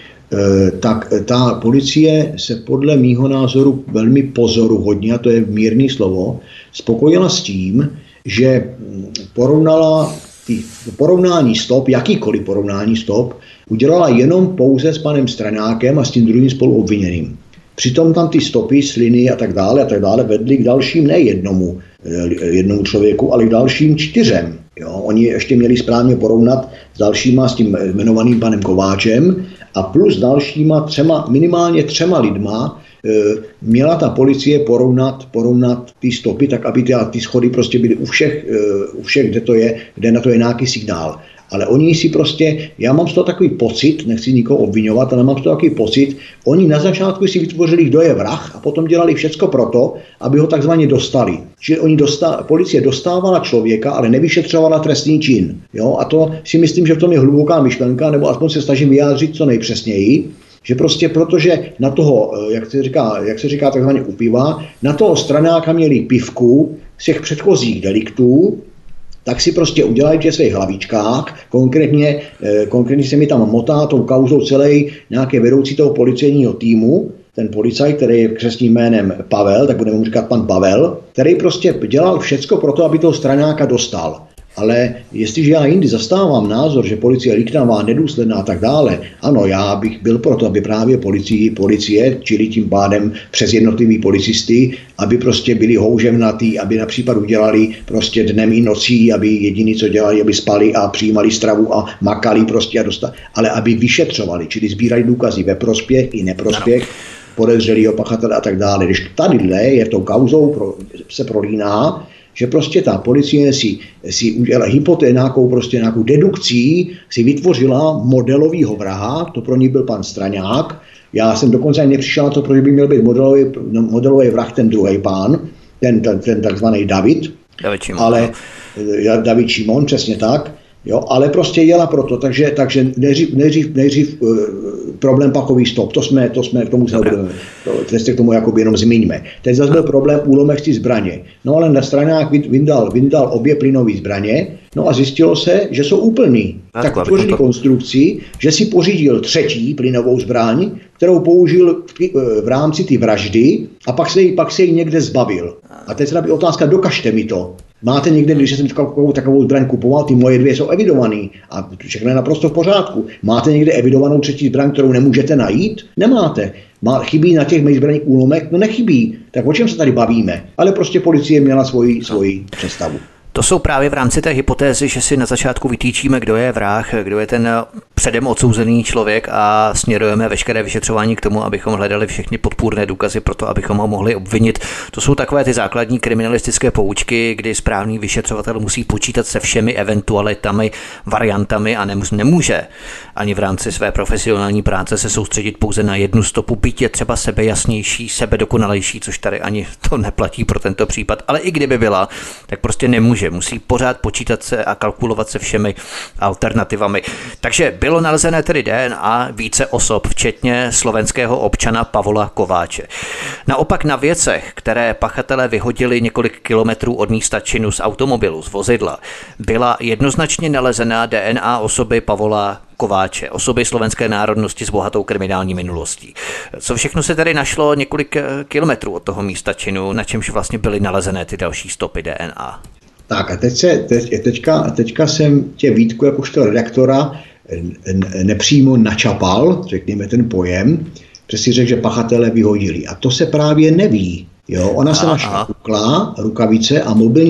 tak ta policie se podle mýho názoru velmi pozoruhodně, a to je mírný slovo, spokojila s tím, že porovnala porovnání stop, jakýkoliv porovnání stop, udělala jenom pouze s panem Straňákem a s tím druhým spoluobviněným. Přitom tam ty stopy, sliny a tak dále vedly k dalším ne jednomu člověku, ale k dalším 4. Jo, oni ještě měli správně porovnat s dalšíma, s tím jmenovaným panem Kováčem a plus dalšíma minimálně 3 lidma měla ta policie porovnat ty stopy, tak aby ty schody prostě byly u všech, kde na to je nějaký signál. Ale oni si prostě, já mám z toho takový pocit, nechci nikoho obvinovat, ale mám z toho takový pocit, oni na začátku si vytvořili, kdo je vrah a potom dělali všecko proto, aby ho takzvaně dostali. Čili policie dostávala člověka, ale nevyšetřovala trestný čin. Jo? A to si myslím, že v tom je hluboká myšlenka, nebo aspoň se snažím vyjádřit co nejpřesněji, že prostě protože na toho, jak se říká takzvaně u piva, na toho Straňáka měli pivku z těch předchozích deliktů, tak si prostě udělají v těch svých hlavičkách, konkrétně se mi tam motá tou kauzou celý nějaký vedoucí toho policejního týmu, ten policajt, který je křestním jménem Pavel, tak budeme mu říkat pan Pavel, který prostě dělal všecko pro to, aby toho Straňáka dostal. Ale jestliže já jindy zastávám názor, že policie je liknavá, nedůsledná a tak dále, ano, já bych byl proto, aby právě policie, čili tím pádem přes jednotlivý policisty, aby prostě byli houževnatý, aby například udělali prostě dnem i nocí, aby jediný, co dělali, aby spali a přijímali stravu a makali prostě a dostali, ale aby vyšetřovali, čili sbírali důkazy ve prospěch i neprospěch podezřelého pachatele a tak dále. Když tadyhle je tou kauzou se prolíná, že prostě ta policie si udělala nějakou dedukcí, si vytvořila modelovýho vraha, to pro ní byl pan Straňák. Já jsem dokonce ani nepřišel na to, proč by měl být modelový vrah ten druhý pán, ten takzvaný David Šimon. David Šimon, přesně tak. Jo, ale prostě jela proto, takže nejdřív problém pachový stop, to jsme k tomu se budeme, k tomu jakoby jenom zmiňme. Teď zase byl problém úlomek z zbraně. No ale na stranách vyndal obě plynové zbraně, no a zjistilo se, že jsou úplný. Tak tvořili konstrukci, že si pořídil třetí plynovou zbraň, kterou použil v rámci ty vraždy a pak se jí někde zbavil. A teď se otázka, dokažte mi to. Máte někde, když jsem takovou zbraň kupoval, ty moje dvě jsou evidovaný a všechno je naprosto v pořádku. Máte někde evidovanou třetí zbraň, kterou nemůžete najít? Nemáte. Chybí na těch mých zbraních úlomek? No nechybí. Tak o čem se tady bavíme? Ale prostě policie měla svoji představu. To jsou právě v rámci té hypotézy, že si na začátku vytýčíme, kdo je vrah, kdo je ten předem odsouzený člověk a směrujeme veškeré vyšetřování k tomu, abychom hledali všechny podpůrné důkazy pro to, abychom ho mohli obvinit. To jsou takové ty základní kriminalistické poučky, kdy správný vyšetřovatel musí počítat se všemi eventualitami, variantami a nemůže ani v rámci své profesionální práce se soustředit pouze na jednu stopu, byť je třeba sebejasnější, sebedokonalejší, což tady ani to neplatí pro tento případ, ale i kdyby byla, tak prostě nemůže. Musí pořád počítat se a kalkulovat se všemi alternativami. Takže bylo nalezené tedy DNA více osob, včetně slovenského občana Pavola Kováče. Naopak na věcech, které pachatelé vyhodili několik kilometrů od místa činu z automobilu, z vozidla, byla jednoznačně nalezená DNA osoby Pavola Kováče, osoby slovenské národnosti s bohatou kriminální minulostí. Co všechno se tady našlo několik kilometrů od toho místa činu, na čemž vlastně byly nalezené ty další stopy DNA? Tak a teďka jsem tě, Vítku, jakožto redaktora nepřímo načapal, řekněme ten pojem, že si řekl, že pachatelé vyhodili. A to se právě neví. Jo, ona se našla kukla, rukavice a mobilní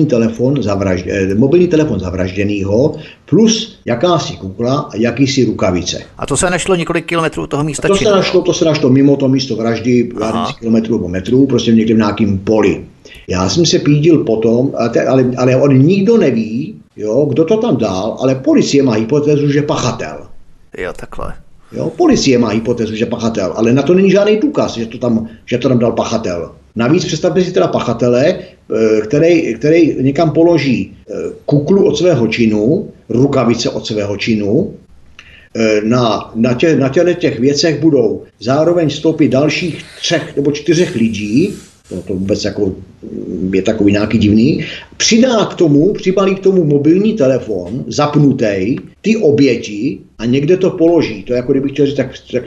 telefon zavražděnýho plus jakási kukla a jakýsi rukavice. A to se našlo několik kilometrů od toho místa činu? To se našlo mimo to místo vraždy, 20 kilometrů nebo metrů, prostě někde v nějakém poli. Já jsem se pídil potom, ale on nikdo neví, jo, kdo to tam dal, ale policie má hypotézu, že pachatel. Jo, takhle. Jo, policie má hypotézu, že pachatel, ale na to není žádný důkaz, že to tam dal pachatel. Navíc představte si teda pachatele, který někam položí kuklu od svého činu, rukavice od svého činu. Na těch věcech budou zároveň stopy dalších 3 nebo 4 lidí, to vůbec jako je takový nějaký divný, přibalí k tomu mobilní telefon, zapnutý, ty oběti a někde to položí. To jako kdybych chtěl říct,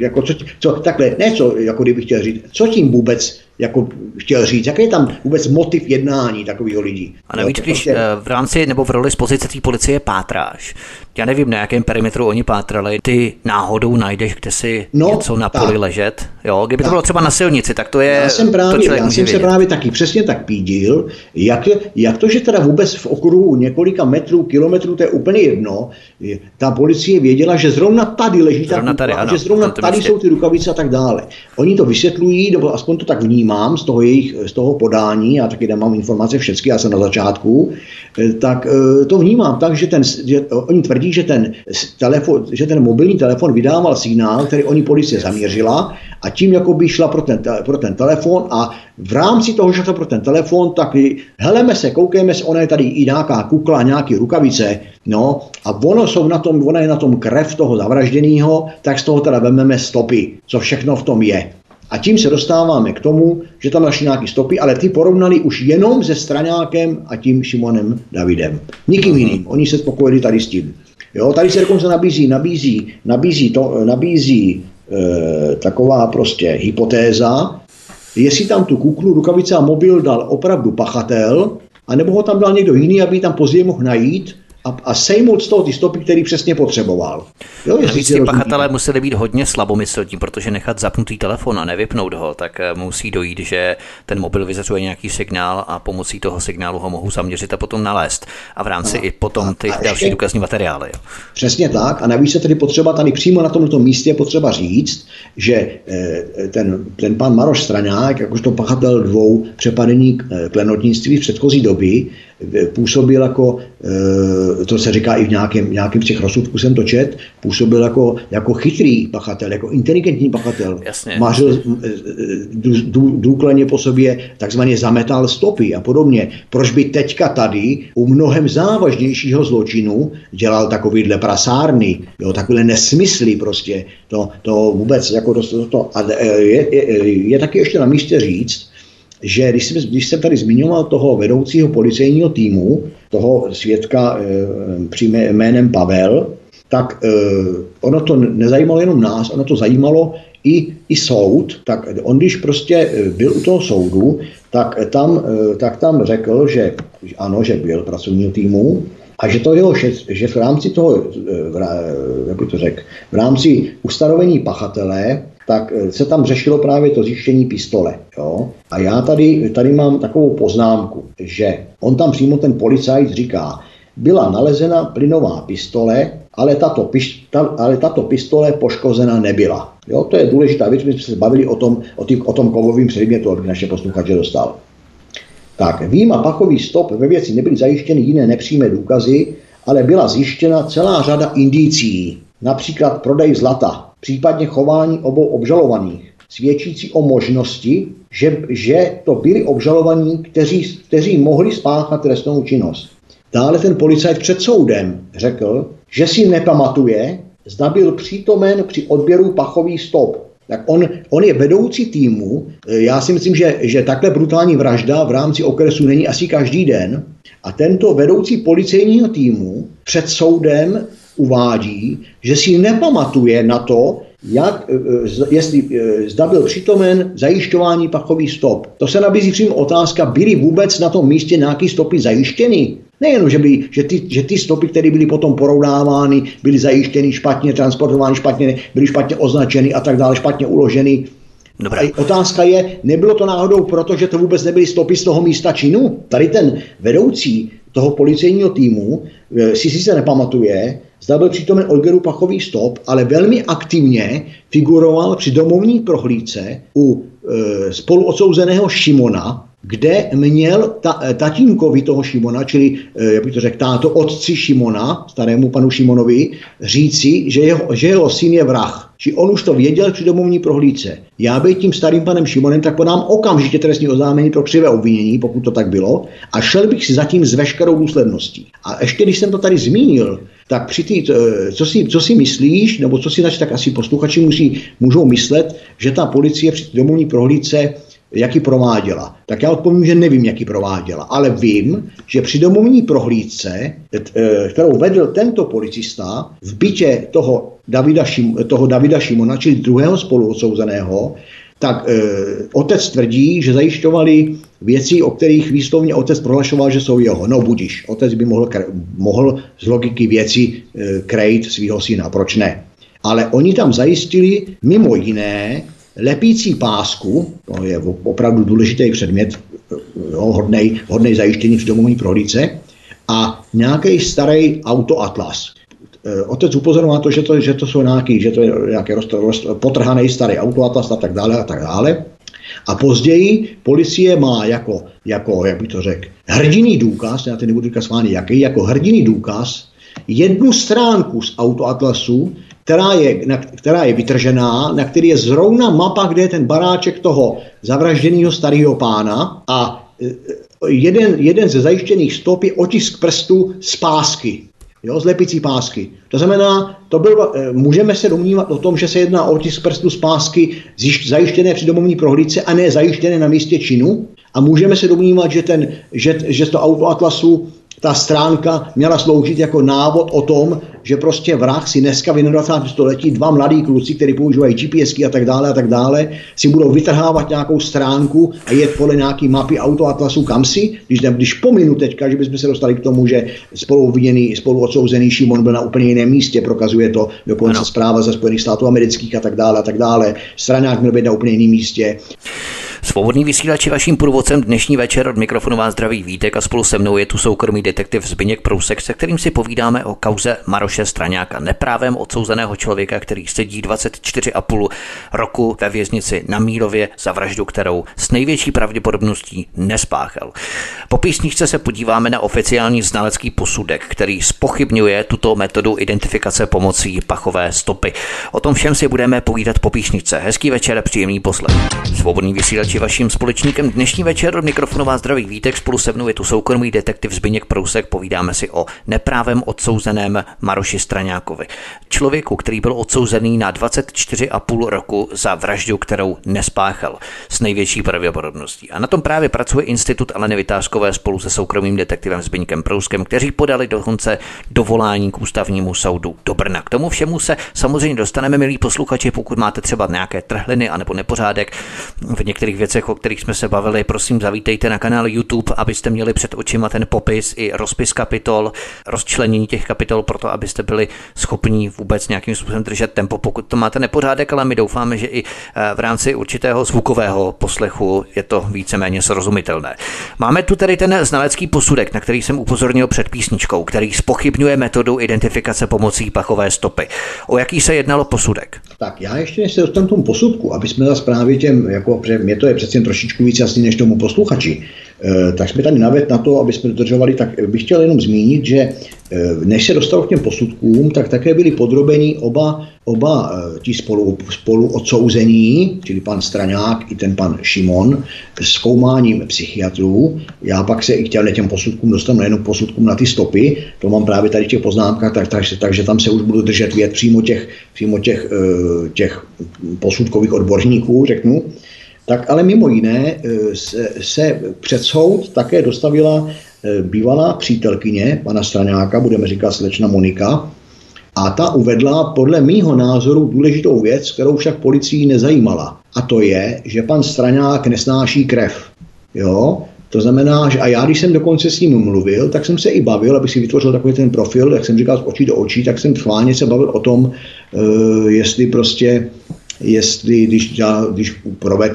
jako kdybych chtěl říct, co tím vůbec jako chtěl říct, jaký je tam vůbec motiv jednání takového lidí. A navíc, když v rámci nebo v roli z pozice té policie pátráš, já nevím, na jakém perimetru oni pátrali, ty náhodou najdeš, kde si něco na poli ležet. Jo, kdyby to bylo třeba na silnici, tak to je... Já jsem se právě taky přesně tak pídil, jak to, že teda vůbec v okruhu několika metrů, kilometrů, to je úplně jedno, ta policie věděla, že zrovna tady leží ta kukla, že zrovna tady jsou ty rukavice a tak dále. Oni to vysvětlují, nebo aspoň to tak vnímám z toho podání, já taky nemám informace všechny, já jsem na začátku, tak to vnímám tak, že oni tvrdí, že ten mobilní telefon vydával signál, který oni policie zaměřila a tím jakoby šla pro ten telefon a v rámci toho, že to pro ten telefon, tak heleme se, koukejme se, ona je tady i nějaká kukla, nějaký rukavice, no a ona je na tom krev toho zavražděného, tak z toho teda vememe stopy, co všechno v tom je. A tím se dostáváme k tomu, že tam našli nějaký stopy, ale ty porovnali už jenom se Straňákem a tím Šimonem Davidem. Nikým jiným. Oni se spokojili tady s tím. Jo, tady se dokonce nabízí taková prostě hypotéza, jestli tam tu kuklu, rukavice a mobil dal opravdu pachatel, anebo ho tam dal někdo jiný, aby tam později mohl najít a sejmout z toho ty stopy, který přesně potřeboval. Jo, navíc ty pachatelé museli být hodně slabomyslní, protože nechat zapnutý telefon a nevypnout ho, tak musí dojít, že ten mobil vyzařuje nějaký signál a pomocí toho signálu ho mohu zaměřit a potom nalézt. A v rámci i potom ty další důkazní materiály. Jo. Přesně tak. A navíc se tedy potřeba tady přímo na tomto místě potřeba říct, že ten pan Maroš Straňák, jakožto pachatel 2 přepadení klenotnictví v předchozí doby, působil jako, to se říká i v nějakém z těch rozsudků jsem to čet, působil jako chytrý pachatel, jako inteligentní pachatel. Mařil důkladně po sobě, takzvaně zametal stopy a podobně. Proč by teďka tady u mnohem závažnějšího zločinu dělal takovýhle prasárny, jo, takové nesmysly prostě. To vůbec jako je taky ještě na místě říct, že když jsem tady zmiňoval toho vedoucího policejního týmu, toho svědka jménem Pavel, tak ono to nezajímalo jenom nás, ono to zajímalo i soud. Tak on, když prostě byl u toho soudu, tak tam řekl, že ano, že byl pracovního týmu a že v rámci toho, jak bych to řekl, v rámci ustanovení pachatele, tak se tam řešilo právě to zjištění pistole. Jo? A já tady mám takovou poznámku, že on tam přímo ten policajt říká, byla nalezena plynová pistole, ale tato pistole poškozena nebyla. Jo? To je důležitá věc, my jsme se bavili o tom kovovým předmětu, aby naše posluchače dostal. Tak, výjima pachový stop ve věci nebyly zajištěny jiné nepřímé důkazy, ale byla zjištěna celá řada indicií, například prodej zlata, případně chování obou obžalovaných, svědčící o možnosti, že to byli obžalovaní, kteří mohli spáchat trestnou činnost. Dále ten policajt před soudem řekl, že si nepamatuje, zda byl přítomen při odběru pachových stop. Tak on je vedoucí týmu, já si myslím, že takhle brutální vražda v rámci okresu není asi každý den. A tento vedoucí policejního týmu před soudem uvádí, že si nepamatuje na to, zda byl přítomen zajišťování pachových stop. To se nabízí přímo otázka, byly vůbec na tom místě nějaké stopy zajištěny? Nejenom, že ty stopy, které byly potom porovnávány, byly zajištěny špatně, transportovány špatně, byly špatně označeny a tak dále, špatně uloženy. Dobré. Otázka je, nebylo to náhodou proto, že to vůbec nebyly stopy z toho místa činu? Tady ten vedoucí toho policejního týmu si sice nepamatuje, zda byl přítomen odběru pachových stop, ale velmi aktivně figuroval při domovní prohlídce u spoluodsouzeného Šimona, kde měl tatínkovi toho Šimona, čili, jak bych to řekl, táto otci Šimona, starému panu Šimonovi, říci, že jeho syn je vrah. Či on už to věděl při domovní prohlídce. Já být tím starým panem Šimonem, tak podám okamžitě trestní oznámení pro křivé obvinění, pokud to tak bylo, a šel bych si zatím s veškerou důsledností. A ještě když jsem to tady zmínil, tak co si myslíš, nebo co si tak asi posluchači můžou myslet, že ta policie při domovní prohlídce jaký prováděla. Tak já odpovím, že nevím, jaký prováděla, ale vím, že při domovní prohlídce, kterou vedl tento policista v bytě toho Davida Šimona, čili druhého spoluodsouzeného, tak otec tvrdí, že zajišťovali věci, o kterých výslovně otec prohlašoval, že jsou jeho. No budiš, otec by mohl z logiky věci krejt svého syna, proč ne? Ale oni tam zajistili mimo jiné lepící pásku, to je opravdu důležitý předmět, hodnej zajištění v domovní prohlídce, a nějaký starý autoatlas. Otec upozorňoval na to, že to jsou nějaký potrhaný starý autoatlas a tak dále a tak dále. A později policie má jako jak bych to řekl, hrdinný důkaz, já teď nebudu říkat schválně jaký, jako hrdinný důkaz, jednu stránku z autoatlasu, která je vytržená, na který je zrovna mapa, kde je ten baráček toho zavražděného starého pána, a jeden ze zajištěných stop je otisk prstu z pásky, z lepicí pásky. To znamená, můžeme se domnívat o tom, že se jedná o otisk prstu z pásky zajištěné při domovní prohlídce a ne zajištěné na místě činu, a můžeme se domnívat, že z toho autoatlasu ta stránka měla sloužit jako návod o tom, že prostě vrah si dneska v 21. století dva mladí kluci, kteří používají GPSky a tak dále, si budou vytrhávat nějakou stránku a jet podle nějaký mapy autoatlasu kamsi, když pominu teďka, že bychom se dostali k tomu, že spoluodsouzený Šimon byl na úplně jiném místě, prokazuje to dokonce zpráva ze Spojených států amerických a tak dále, straňák měl být na úplně jiném místě. Svobodný vysílač je vaším průvodcem dnešní večer. Od mikrofonu vás zdraví Vítek a spolu se mnou je tu soukromý detektiv Zbyněk Prousek, se kterým si povídáme o kauze Maroše Straňáka, neprávem odsouzeného člověka, který sedí 24,5 roku ve věznici na Mírově za vraždu, kterou s největší pravděpodobností nespáchal. Po písničce se podíváme na oficiální znalecký posudek, který zpochybňuje tuto metodu identifikace pomocí pachové stopy. O tom všem si budeme povídat po písničce. Hezký večer, příjemný poslech. Svobodný vysílač je vaším společníkem dnešní večer. Od mikrofonu vás zdraví Vítek, spolu se mnou je tu soukromý detektiv Zbyněk Prousek. Povídáme si o neprávem odsouzeném Maroši Straňákovi. Člověku, který byl odsouzený na 24,5 roku za vraždu, kterou nespáchal s největší pravděpodobností. A na tom právě pracuje Institut Aleny Vytázkové spolu se soukromým detektivem Zbyňkem Prouskem, kteří podali dokonce dovolání k ústavnímu soudu do Brna. K tomu všemu se samozřejmě dostaneme, milí posluchači, pokud máte třeba nějaké trhliny anebo nepořádek v některých věcech, o kterých jsme se bavili, prosím zavítejte na kanál YouTube, abyste měli před očima ten popis i rozpis kapitol, rozčlenění těch kapitol proto, abyste byli schopni vůbec nějakým způsobem držet tempo, pokud to máte nepořádek, ale my doufáme, že i v rámci určitého zvukového poslechu je to víceméně srozumitelné. Máme tu tedy ten znalecký posudek, na který jsem upozornil před písničkou, který zpochybňuje metodu identifikace pomocí pachové stopy. O jaký se jednalo posudek? Tak já ještě než se dostanu k tomu posudku, aby jsme zase právě těm, jako mě to je přece trošičku víc jasný než tomu posluchači, tak jsme tady navedli na to, aby jsme dodržovali, tak bych chtěl jenom zmínit, že než se dostalo k těm posudkům, tak také byli podrobeni oba ti spolu odsouzení, čili pan Straňák i ten pan Šimon, zkoumáním psychiatrů. Já pak se i chtěl těm posudkům dostanu, nejenom posudkům na ty stopy, to mám právě tady v těch poznámkách, takže tam se už budu držet věd přímo těch posudkových odborníků, řeknu. Tak ale mimo jiné se před soud také dostavila bývalá přítelkyně pana Straňáka, budeme říkat slečna Monika, a ta uvedla podle mýho názoru důležitou věc, kterou však policii nezajímala. A to je, že pan Straňák nesnáší krev. Jo? To znamená, že a já, když jsem dokonce s ním mluvil, tak jsem se i bavil, abych si vytvořil takový ten profil, jak jsem říkal, z očí do očí, tak jsem chválně se bavil o tom, jestli když proved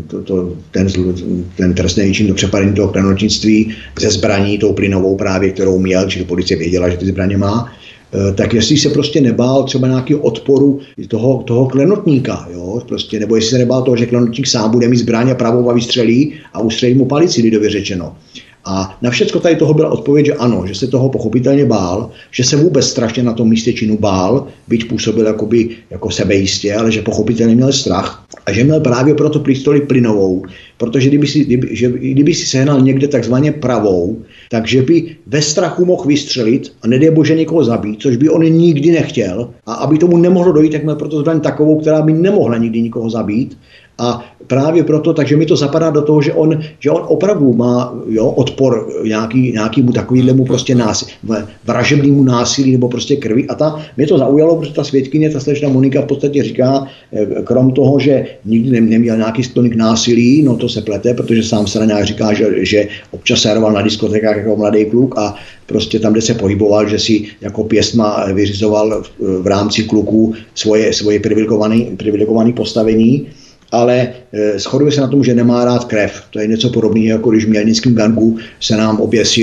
ten trestný čin do přepadení toho klenotnictví ze zbraní, tou plynovou právě, kterou měl, čili policie věděla, že ty zbraně má, tak jestli se prostě nebál třeba nějakého odporu toho klenotníka, jo? Prostě, nebo jestli se nebál toho, že klenotník sám bude mít zbraň a pravou a vystřelí a ustřelí mu palici, lidově řečeno. A na všecko tady toho byla odpověď, že ano, že se toho pochopitelně bál, že se vůbec strašně na tom místě činu bál, byť působil jako sebejistě, ale že pochopitelně měl strach a že měl právě proto pistoli plynovou, protože kdyby si sehnal někde takzvaně pravou, takže by ve strachu mohl vystřelit a nedej bože někoho zabít, což by on nikdy nechtěl, a aby tomu nemohlo dojít, tak měl proto zbraň takovou, která by nemohla nikdy nikoho zabít. A právě proto, takže mi to zapadá do toho, že on opravdu má odpor nějakému takovému prostě vražebnému násilí nebo prostě krvi. A mě to zaujalo, protože ta svědkyně, ta slečna Monika v podstatě říká, krom toho, že nikdy neměl nějaký sklon k násilí, no to se plete, protože sám Straňák říká, že občas serval na diskotékách jako mladý kluk a prostě tam, kde se pohyboval, že si jako pěstma vyřizoval v rámci kluků svoje privilegované postavení. Ale shoduje se na tom, že nemá rád krev. To je něco podobného, jako když v mělnickém gangu se nám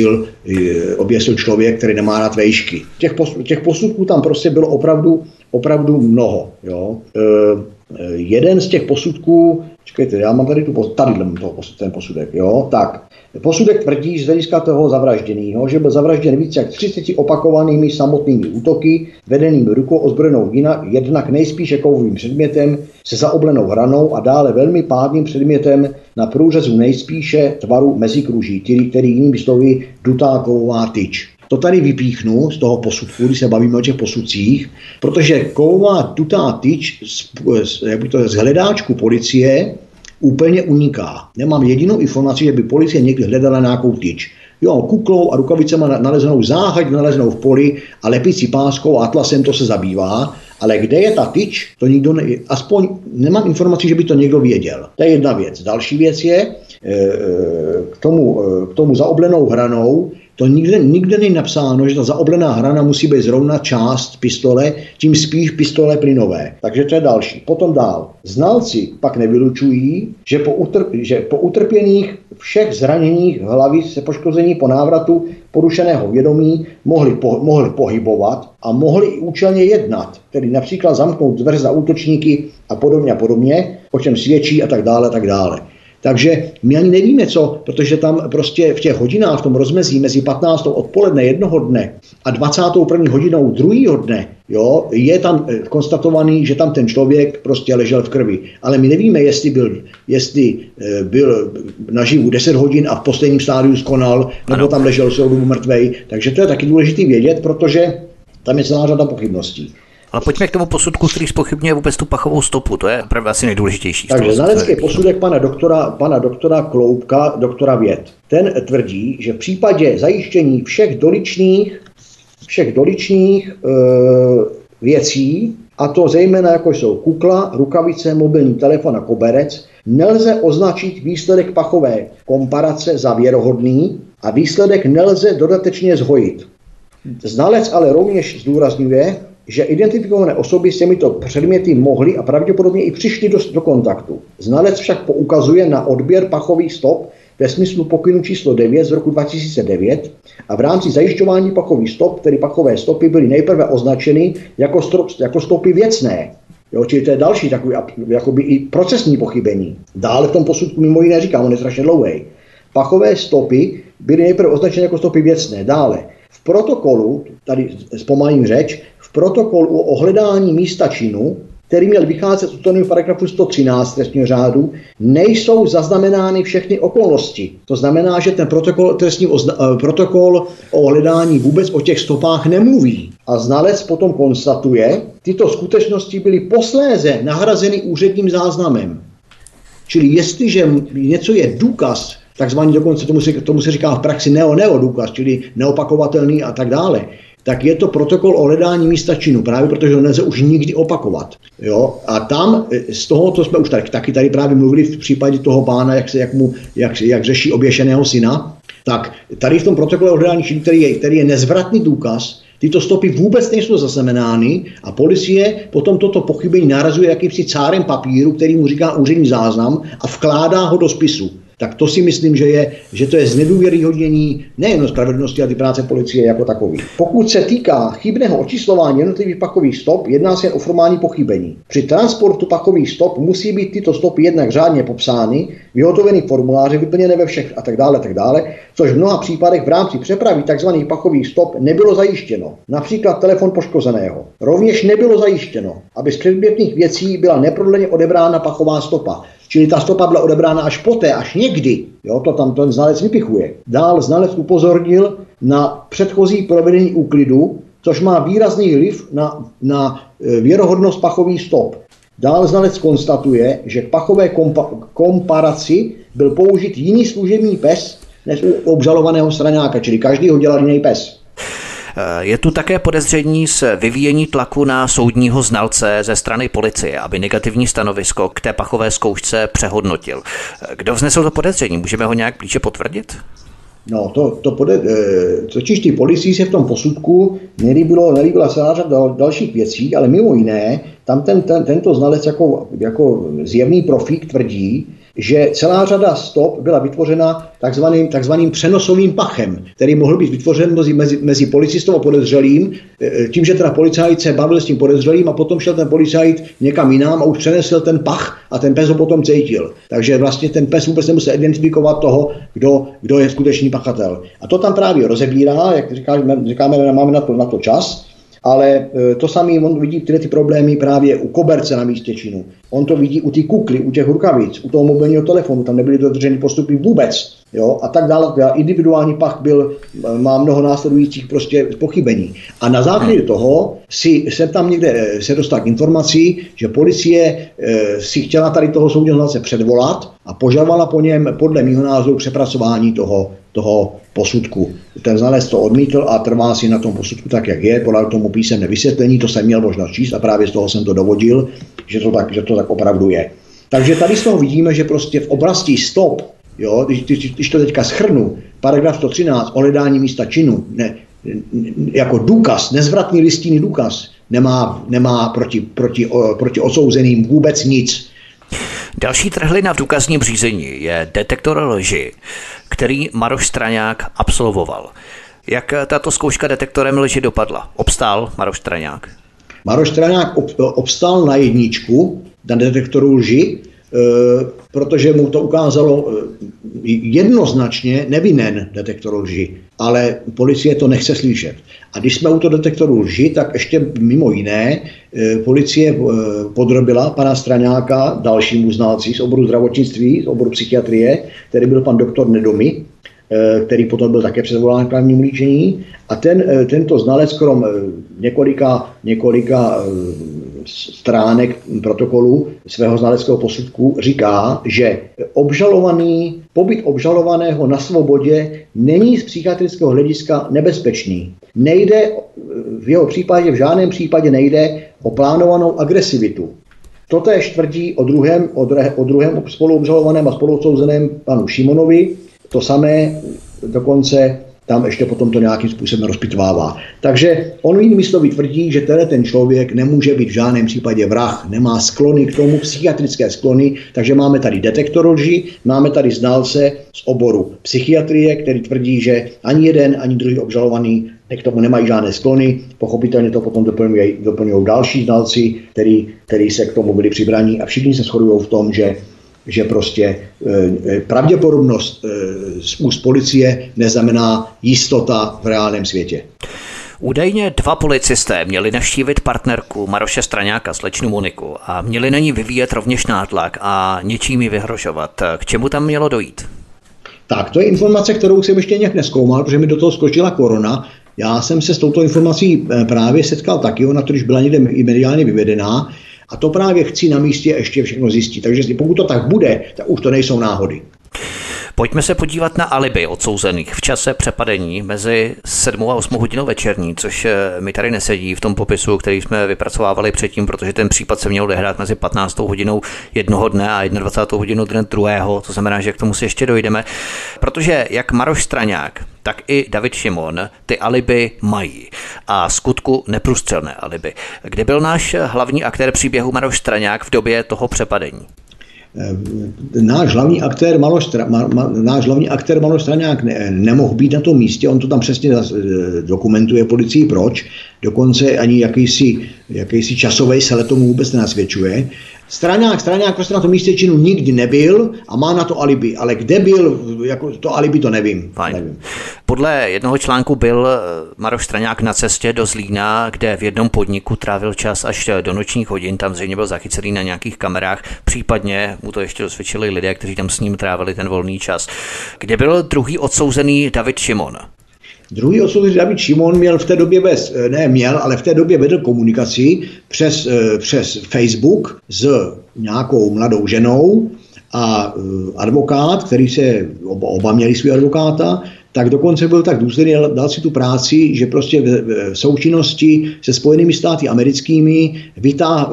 oběsil člověk, který nemá rád vejšky. Těch posudků tam prostě bylo opravdu mnoho. Jo. Jeden z těch posudků, čekajte, já mám tady ten posudek, jo, tak. Posudek tvrdí, že z hlediska toho zavražděného, že byl zavražděn více jak 30 opakovanými samotnými útoky, vedenými rukou ozbrojenou jednak nejspíše kovovým předmětem se zaoblenou hranou a dále velmi pádným předmětem na průřezu nejspíše tvaru mezikruží, který jinými slovy dutá kovová tyč. To tady vypíchnu z toho posudku, když se bavíme o těch posudcích, protože kovová dutá tyč z hledáčku policie úplně uniká. Nemám jedinou informaci, že by policie někdy hledala nějakou tyč. Jo, kuklou a rukavicema nalezenou záhad, nalezenou v poli a lepicí páskou a atlasem to se zabývá. Ale kde je ta tyč, to nikdo aspoň nemám informaci, že by to někdo věděl. To je jedna věc. Další věc je, k tomu zaoblenou hranou To nikde není napsáno, že ta zaoblená hrana musí být zrovna část pistole, tím spíš pistole plynové. Takže to je další. Potom dál. Znalci pak nevylučují, že po utrpěných všech zraněních hlavy se poškození po návratu porušeného vědomí mohli pohybovat a mohli i účelně jednat, tedy například zamknout dveře za útočníky a podobně, o čem svědčí a tak dále. Takže my ani nevíme co, protože tam prostě v těch hodinách, v tom rozmezí mezi 15. odpoledne jednoho dne a 21. hodinou druhého dne, jo, je tam konstatovaný, že tam ten člověk prostě ležel v krvi. Ale my nevíme, jestli byl naživu 10 hodin a v posledním stádiu skonal, nebo tam ležel celou dobu mrtvej. Takže to je taky důležité vědět, protože tam je celá řada pochybností. Ale pojďme k tomu posudku, který zpochybňuje vůbec tu pachovou stopu. To je opravdu asi nejdůležitější. Takže znalecký posudek pana doktora Kloubka, doktora věd. Ten tvrdí, že v případě zajištění všech doličných věcí, a to zejména jako jsou kukla, rukavice, mobilní telefon a koberec, nelze označit výsledek pachové komparace za věrohodný a výsledek nelze dodatečně zhojit. Znalec ale rovněž zdůrazňuje, že identifikované osoby s těmito předměty mohly a pravděpodobně i přišly do kontaktu. Znalec však poukazuje na odběr pachových stop ve smyslu pokynu číslo 9 z roku 2009 a v rámci zajišťování pachových stop, tedy pachové stopy, byly nejprve označeny jako stopy věcné. Jo, čili to je další takový jakoby i procesní pochybení. Dále v tom posudku mimo jiné říkám, on je strašně dlouhý. Pachové stopy byly nejprve označeny jako stopy věcné. Dále v protokolu, tady zpomalím řeč, v protokolu o ohledání místa činu, který měl vycházet z ustanovení paragrafu 113 trestního řádu, nejsou zaznamenány všechny okolnosti. To znamená, že ten protokol o ohledání vůbec o těch stopách nemluví. A znalec potom konstatuje, tyto skutečnosti byly posléze nahrazeny úředním záznamem. Čili jestliže něco je důkaz, takzvaný dokonce tomu se říká v praxi důkaz, čili neopakovatelný a tak dále, tak je to protokol o hledání místa činu, právě protože ho nelze už nikdy opakovat. Jo? A tam z toho, to jsme už taky tady právě mluvili v případě toho pána, jak řeší oběšeného syna, tak tady v tom protokole o hledání činu, který je nezvratný důkaz, tyto stopy vůbec nejsou zaznamenány a policie potom toto pochybení narazuje jakýmsi cárem papíru, který mu říká úřední záznam a vkládá ho do spisu. Tak to si myslím, že to je znedůvěryhodnění nejen spravedlnosti, ale i práce policie jako takový. Pokud se týká chybného očíslování jednotlivých pachových stop, jedná se jen o formální pochybení. Při transportu pachových stop musí být tyto stopy jednak řádně popsány, vyhotoveny formuláře, vyplněné ve všech a tak dále, což v mnoha případech v rámci přepravy tzv. Pachových stop nebylo zajištěno. Například telefon poškozeného. Rovněž nebylo zajištěno, aby z předmětných věcí byla neprodleně odebrána pachová stopa. Čili ta stopa byla odebrána až poté, až někdy. Jo, to tam ten znalec vypichuje. Dál znalec upozornil na předchozí provedení úklidu, což má výrazný vliv na věrohodnost pachových stop. Dál znalec konstatuje, že k pachové komparaci byl použit jiný služební pes než u obžalovaného straňáka, čili každý ho dělal jiný pes. Je tu také podezření z vyvíjení tlaku na soudního znalce ze strany policie, aby negativní stanovisko k té pachové zkoušce přehodnotil. Kdo vznesl to podezření? Můžeme ho nějak blíže potvrdit? No, totiž ty policii se v tom posudku nelíbila celá řada dalších věcí, ale mimo jiné, tam tento znalec jako zjevný profík tvrdí, že celá řada stop byla vytvořena takzvaným přenosovým pachem, který mohl být vytvořen mezi policistou a podezřelým, tím, že teda policajt se bavil s tím podezřelým a potom šel ten policajt někam jinam a už přenesl ten pach a ten pes ho potom cítil. Takže vlastně ten pes vůbec nemusel identifikovat toho, kdo je skutečný pachatel. A to tam právě rozebírá, jak říkáme, máme na to čas. Ale to samé on vidí tyhle ty problémy právě u koberce na místě činu. On to vidí u té kukly, u těch rukavic, u toho mobilního telefonu, tam nebyly dodrženy postupy vůbec. Jo? A tak dále. Individuální pach má mnoho následujících prostě pochybení. A na základě toho se tam někde se dostal k informací, že policie si chtěla tady toho soudního znalce předvolat a požadovala po něm podle mého názoru přepracování toho posudku. Ten znalec to odmítl a trvá si na tom posudku tak, jak je, podal tomu písemné vysvětlení, to jsem měl možnost číst a právě z toho jsem to dovodil, že to tak opravdu je. Takže tady z toho vidíme, že prostě v oblasti stop, jo, když to teďka shrnu, paragraf 113 o hledání místa činu, jako důkaz, nezvratný listinný důkaz, nemá proti odsouzeným vůbec nic. Další trhlina v důkazním řízení je detektor lži, který Maroš Straňák absolvoval. Jak tato zkouška detektorem lži dopadla? Obstál Maroš Straňák? Maroš Straňák obstál na jedničku, na detektoru lži, protože mu to ukázalo jednoznačně nevinen detektor lži, ale policie to nechce slyšet. A když jsme u toho detektoru lži, tak ještě mimo jiné policie podrobila pana Straňáka dalšímu znalci z oboru zdravotnictví, z oboru psychiatrie, který byl pan doktor Nedomy, který potom byl také předvolán k právnímu líčení. A tento znalec, krom několika stránek protokolu svého znaleckého posudku, říká, že pobyt obžalovaného na svobodě není z psychiatrického hlediska nebezpečný. Nejde v jeho případě, v žádném případě nejde o plánovanou agresivitu. Totéž tvrdí o druhém spoluobžalovaném a spoluodsouzeném panu Šimonovi. To samé dokonce tam ještě potom to nějakým způsobem rozpitvává. Takže on jinými slovy tvrdí, že ten člověk nemůže být v žádném případě vrah, nemá sklony k tomu, psychiatrické sklony, takže máme tady detektor lži, máme tady znalce z oboru psychiatrie, který tvrdí, že ani jeden, ani druhý obžalovaný k tomu nemají žádné sklony. Pochopitelně to potom doplňují další znalci, který se k tomu byli přibraní a všichni se shodují v tom, že prostě pravděpodobnost z úst policie neznamená jistota v reálném světě. Údajně 2 policisté měli navštívit partnerku Maroše Straňáka, slečnu Moniku, a měli na ní vyvíjet rovněž nátlak a něčím ji vyhrožovat. K čemu tam mělo dojít? Tak, to je informace, kterou jsem ještě nějak nezkoumal, protože mi do toho skočila korona. Já jsem se s touto informací právě setkal taky, ona totiž byla někde i mediálně vyvedená. A to právě chci na místě ještě všechno zjistit. Takže pokud to tak bude, tak už to nejsou náhody. Pojďme se podívat na alibi odsouzených v čase přepadení mezi 7 a 8 hodinou večerní, což mi tady nesedí v tom popisu, který jsme vypracovávali předtím, protože ten případ se měl odehrát mezi 15. hodinou jednoho dne a 21. hodinou dne druhého, to znamená, že k tomu si ještě dojdeme, protože jak Maroš Straňák, tak i David Šimon ty alibi mají a skutku neprůstřelné alibi. Kde byl náš hlavní aktér příběhu Maroš Straňák v době toho přepadení? Náš hlavní aktér Maroš Straňák nemohl být na tom místě, on to tam přesně dokumentuje policii, proč. Dokonce ani jakýsi časový selet tomu vůbec nenasvědčuje. Straňák prostě na tom místě činu nikdy nebyl a má na to alibi, ale kde byl, jako to alibi, to nevím. Podle jednoho článku byl Maroš Straňák na cestě do Zlína, kde v jednom podniku trávil čas až do nočních hodin, tam zřejmě byl zachycený na nějakých kamerách, případně mu to ještě dosvědčili lidé, kteří tam s ním trávili ten volný čas. Kde byl druhý odsouzený David Šimon? Druhý odsouzený David Šimon měl v té době ale v té době vedl komunikaci přes Facebook s nějakou mladou ženou a advokát, který oba měli svého advokáta, tak dokonce byl tak důsledný, dal si tu práci, že prostě v součinnosti se Spojenými státy americkými vytáhl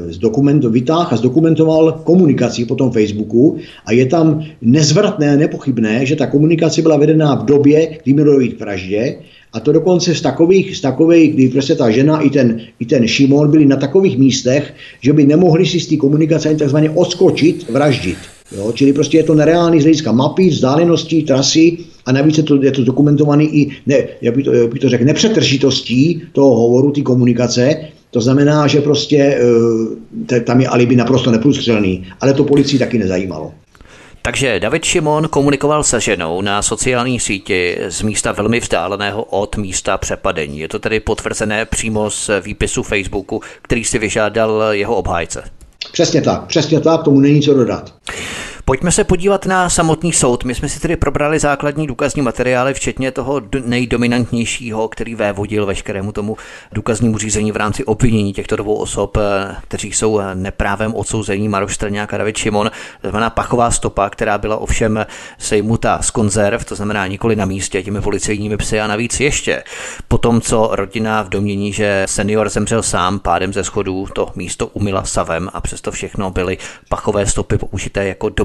a zdokumentoval komunikaci po tom Facebooku a je tam nezvratné, nepochybné, že ta komunikace byla vedená v době, kdy mělo dojít k vraždě, a to dokonce z takových, kdy prostě ta žena i ten Šimon byli na takových místech, že by nemohli si z té komunikace ani takzvaně odskočit, vraždit. Jo, čili prostě je to nereálný z hlediska mapy, vzdáleností, trasy a navíc je to dokumentovaný i, jak by to řekl, nepřetržitostí toho hovoru, té komunikace. To znamená, že prostě tam je alibi naprosto neprůstřelný, ale to policii taky nezajímalo. Takže David Šimon komunikoval se ženou na sociální síti z místa velmi vzdáleného od místa přepadení. Je to tedy potvrzené přímo z výpisu Facebooku, který si vyžádal jeho obhájce. Přesně tak, tomu není co dodat. Pojďme se podívat na samotný soud. My jsme si tedy probrali základní důkazní materiály, včetně toho nejdominantnějšího, který vévodil veškerému tomu důkaznímu řízení v rámci obvinění těchto 2 osob, kteří jsou neprávem odsouzení, Maroš Straňák a David Šimon, to znamená pachová stopa, která byla ovšem sejmuta z konzerv, to znamená nikoli na místě těmi policejními psy, a navíc ještě po tom, co rodina v domnění, že senior zemřel sám pádem ze schodů, to místo umyla savem a přesto všechno byly pachové stopy použité jako dominantní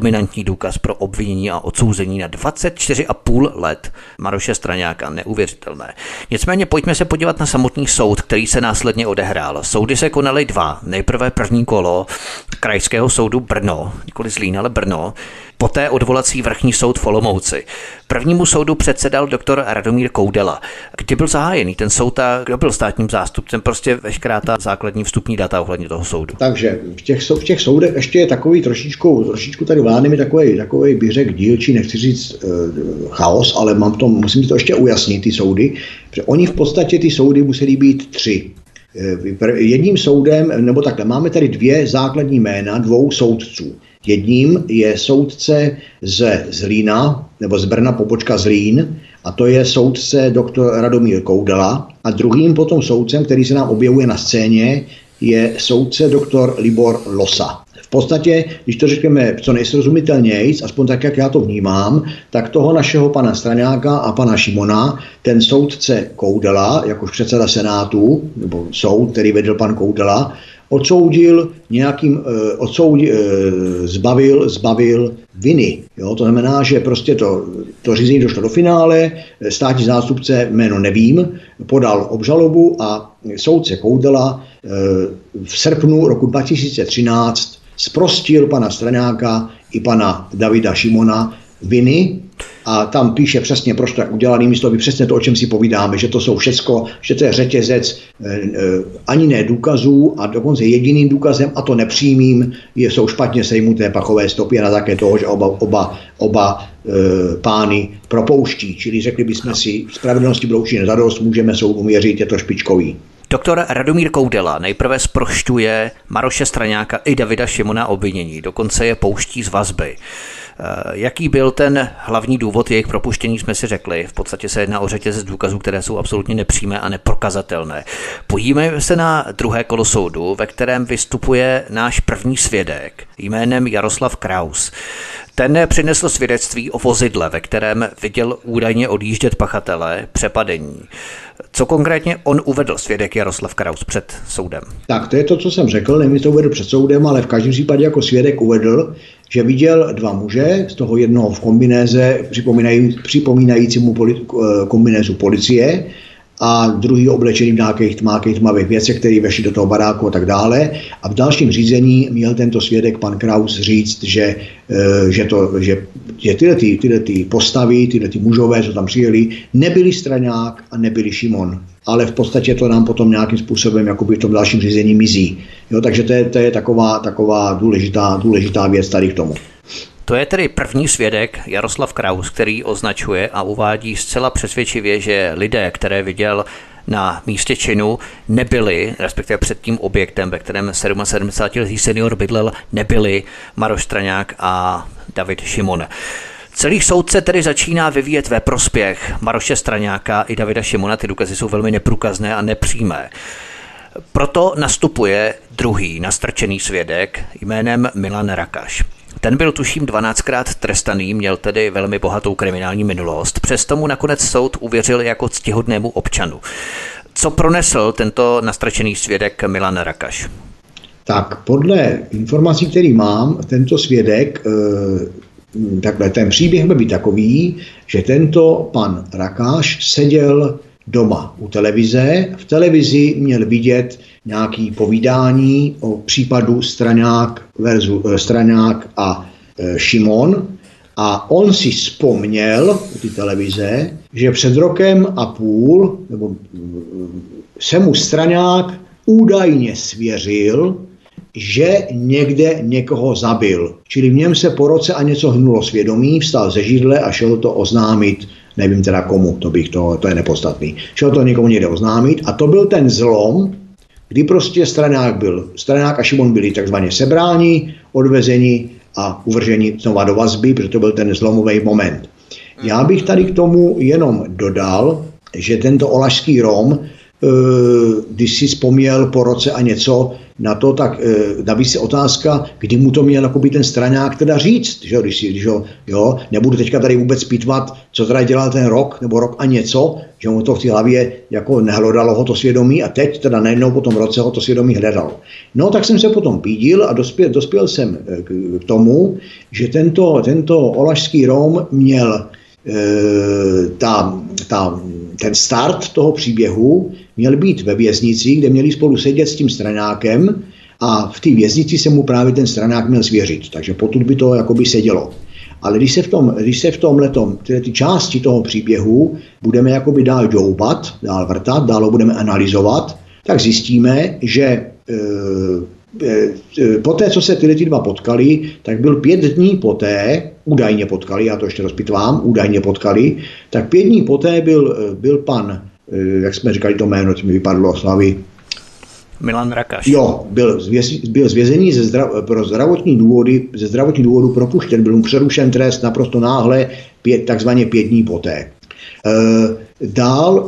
kulminantní důkaz pro obvinění a odsouzení na 24,5 let Maroše Straňáka. Neuvěřitelné. Nicméně pojďme se podívat na samotný soud, který se následně odehrál. Soudy se konaly dva. Nejprve první kolo Krajského soudu Brno, nikoli Zlín, ale Brno, poté odvolací vrchní soud v Olomouci. Prvnímu soudu předsedal doktor Radomír Koudela. Kdy byl zahájený ten soud a kdo byl státním zástupcem? Prostě veškerá ta základní vstupní data ohledně toho soudu. Takže v těch soudech ještě je takový trošičku tady vládne mi takový bych řekl dílčí, nechci říct chaos, ale musím to ještě ujasnit, ty soudy, protože oni v podstatě ty soudy museli být 3. Jedním soudem, nebo takhle, máme tady 2 základní jména 2 soudců. Jedním je soudce ze Zlína, nebo z Brna pobočka Zlín, a to je soudce doktor Radomír Koudela. A druhým potom soudcem, který se nám objevuje na scéně, je soudce doktor Libor Losa. V podstatě, když to řekneme co nejsrozumitelnějc, aspoň tak, jak já to vnímám, tak toho našeho pana Straňáka a pana Šimona, ten soudce Koudela, jakož předseda Senátu, nebo soud, který vedl pan Koudela, zbavil viny. Jo? To znamená, že prostě to řízení došlo do finále, státní zástupce, jméno nevím, podal obžalobu a soudce Koudela v srpnu roku 2013 zprostil pana Straňáka i pana Davida Šimona viny a tam píše přesně, proč to je udělaný, místo by přesně to, o čem si povídáme, že to jsou všecko, že to je řetězec ani ne důkazů a dokonce jediným důkazem, a to nepřímým, jsou špatně sejmuté pachové stopy a na základě toho, že oba pány propouští. Čili řekli bychom si, spravedlnosti bylo určitě zadost, můžeme soudu měřit, je to špičkový. Doktor Radomír Koudela nejprve zprošťuje Maroše Straňáka i Davida Šimona obvinění, dokonce je pouští z vazby. Jaký byl ten hlavní důvod jejich propuštění, jsme si řekli. V podstatě se jedná o řetězec důkazů, které jsou absolutně nepřímé a neprokazatelné. Podívejme se na druhé kolo soudu, ve kterém vystupuje náš první svědek jménem Jaroslav Kraus. Ten přinesl svědectví o vozidle, ve kterém viděl údajně odjíždět pachatele přepadení. Co konkrétně on uvedl, svědek Jaroslav Kraus, před soudem? Tak to je to, co jsem řekl, nevím, to uvedl před soudem, ale v každém případě jako svědek uvedl, že viděl 2 muže, z toho jednoho v kombinéze připomínajícímu kombinézu policie a druhý oblečený v nějakých tmavých věcech, který vešli do toho baráku a tak dále. A v dalším řízení měl tento svědek pan Kraus říct, že tyhle postavy, tyhle mužové, co tam přijeli, nebyli Straňák a nebyli Šimon. Ale v podstatě to nám potom nějakým způsobem jakoby v tom dalším řízení mizí. Jo, takže to je taková důležitá věc tady k tomu. To je tedy první svědek Jaroslav Kraus, který označuje a uvádí zcela přesvědčivě, že lidé, které viděl na místě činu, nebyli, respektive před tím objektem, ve kterém 77letý senior bydlel, nebyli Maroš Straňák a David Šimon. Celý soud se tedy začíná vyvíjet ve prospěch Maroše Straňáka i Davida Šimona. Ty důkazy jsou velmi neprůkazné a nepřímé. Proto nastupuje druhý nastrčený svědek jménem Milan Rakaš. Ten byl tuším 12krát trestaný, měl tedy velmi bohatou kriminální minulost. Přesto mu nakonec soud uvěřil jako ctihodnému občanu. Co pronesl tento nastrčený svědek Milan Rakaš? Tak podle informací, který mám, tento svědek, takhle ten příběh byl takový, že tento pan Rakaš seděl doma u televize. V televizi měl vidět nějaké povídání o případu Straňák a Šimon a on si vzpomněl u té televize, že před rokem a půl se mu Straňák údajně svěřil, že někde někoho zabil. Čili v něm se po roce a něco hnulo svědomí, vstal ze židle a šel to oznámit, nevím teda komu, to je nepodstatný. Šel to někomu někde oznámit a to byl ten zlom, kdy prostě Straňák a Šimon byli takzvaně sebráni, odvezeni a uvrženi znova do vazby, protože to byl ten zlomový moment. Já bych tady k tomu jenom dodal, že tento olašský Rom když si vzpomněl po roce a něco na to, tak navíc se otázka, kdy mu to měl jakoby ten Straňák teda říct, že jo, nebudu teďka tady vůbec pitvat, co teda dělal ten rok, nebo rok a něco, že mu to v té hlavě jako nehledalo ho to svědomí a teď teda najednou po tom roce ho to svědomí hledalo. No tak jsem se potom pídil a dospěl jsem k tomu, že tento olašský Rom měl ten start toho příběhu měl být ve věznici, kde měli spolu sedět s tím Straňákem a v té věznici se mu právě ten Straňák měl svěřit, takže potud by to jakoby sedělo. Ale když se v tomhletom, ty části toho příběhu budeme jakoby dál džoubat, dál vrtat, dál ho budeme analyzovat, tak zjistíme, že poté, co se tyhle dva potkali, tak byl 5 dní poté, údajně potkali, já to ještě rozpitvám, údajně potkali, tak 5 dní poté byl pan, jak jsme říkali to jméno, mi vypadlo slavy. Milan Rakaš. Jo, byl z vězení ze zdravotních důvodů propuštěn, byl mu přerušen trest naprosto náhle, takzvaně 5 dní poté. Dál